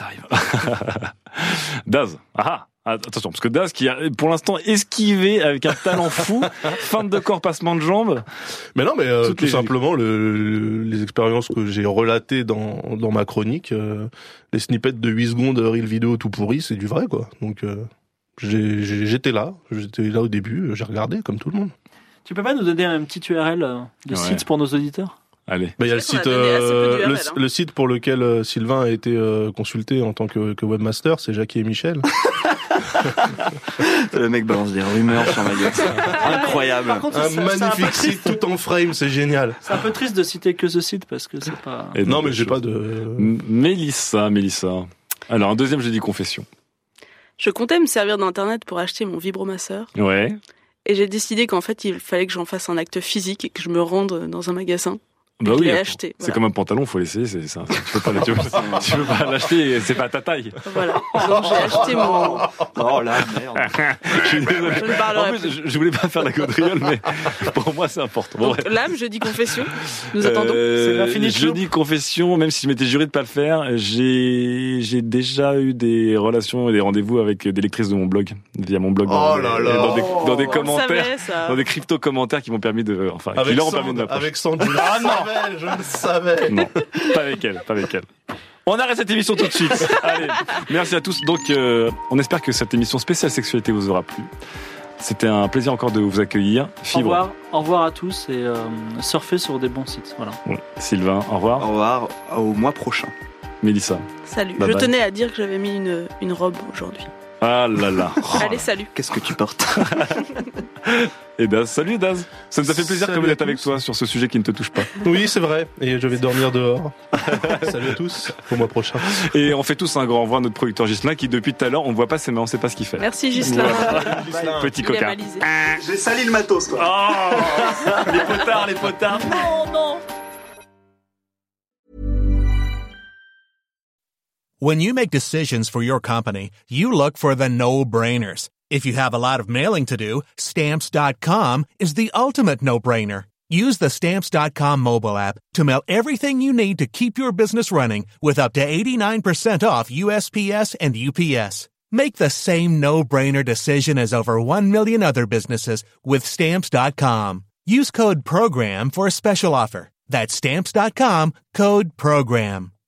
Daz. Ah, attention, parce que Daz qui a pour l'instant esquivé avec un talent fou, feinte de corps, passement de jambes. Mais non, mais Toutes tout les- simplement les expériences que j'ai relatées dans ma chronique, les snippets de 8 secondes reel vidéo tout pourri, c'est du vrai quoi. Donc j'étais là au début, j'ai regardé comme tout le monde. Tu peux pas nous donner un petit URL de Ouais. site pour nos auditeurs? Allez. Bah, il y a le C'est vrai site, qu'on a donné assez peu d'URL, hein. le site pour lequel Sylvain a été consulté en tant que webmaster, c'est Jackie et Michel. Le mec balance des rumeurs sur ma gueule. Incroyable. Par contre, Un c'est un peu magnifique triste. site tout en frame, c'est génial. C'est un peu triste de citer que ce site parce que c'est pas. Et Non, donc, mais j'ai je- pas de... Mélissa. Alors, un deuxième jeudi confession. Je comptais me servir d'internet pour acheter mon vibromasseur Ouais. et j'ai décidé qu'en fait il fallait que j'en fasse un acte physique et que je me rende dans un magasin. Bah je oui. l'ai attends. acheté, C'est voilà. comme un pantalon, faut l'essayer, c'est ça. Tu peux pas l'acheter, c'est pas à ta taille. Voilà. Donc j'ai acheté mon. Oh là, merde. Je suis désolé. Je ne parlerai En plus, plus. je voulais pas faire la gaudriole, mais pour moi, c'est important. Bon, Donc bref. l'âme, jeudi confession. Nous attendons. C'est la fini de Je dis confession, même si je m'étais juré de pas le faire, j'ai déjà eu des relations et des rendez-vous avec des lectrices de mon blog, via mon blog. Oh là là. Dans des On le commentaires. savait, ça. Dans des crypto-commentaires qui m'ont permis de, enfin, qui leur ont permis de m'approcher. Avec Sandre, je le savais. Non, pas avec elle. On arrête cette émission tout de suite. Allez, merci à tous. Donc, on espère que cette émission spéciale sexualité vous aura plu. C'était un plaisir encore de vous accueillir. Fibre. Au revoir à tous et surfez sur des bons sites. Voilà. Ouais. Sylvain, au Au revoir. revoir, au mois prochain. Mélissa. Salut. Bye Je bye. tenais à dire que j'avais mis une robe aujourd'hui. Ah là là. Allez, salut. Qu'est-ce que tu portes? Et Daz, salut Daz. Ça nous a fait plaisir Salut comme à d'être avec tous. toi sur ce sujet qui ne te touche pas. Oui, c'est vrai. Et je vais dormir dehors. Salut à tous. Au mois prochain. Et on fait tous un grand revoir à notre producteur Ghislain qui depuis tout à l'heure on ne voit pas ses mains, on ne sait pas ce qu'il fait. Merci Ghislain. Petit Il est coquin. malisé. J'ai sali le matos, quoi. Oh les potards. Non, non. When you make decisions for your company, you look for the no-brainers. If you have a lot of mailing to do, Stamps.com is the ultimate no-brainer. Use the Stamps.com mobile app to mail everything you need to keep your business running with up to 89% off USPS and UPS. Make the same no-brainer decision as over 1 million other businesses with Stamps.com. Use code PROGRAM for a special offer. That's Stamps.com, code PROGRAM.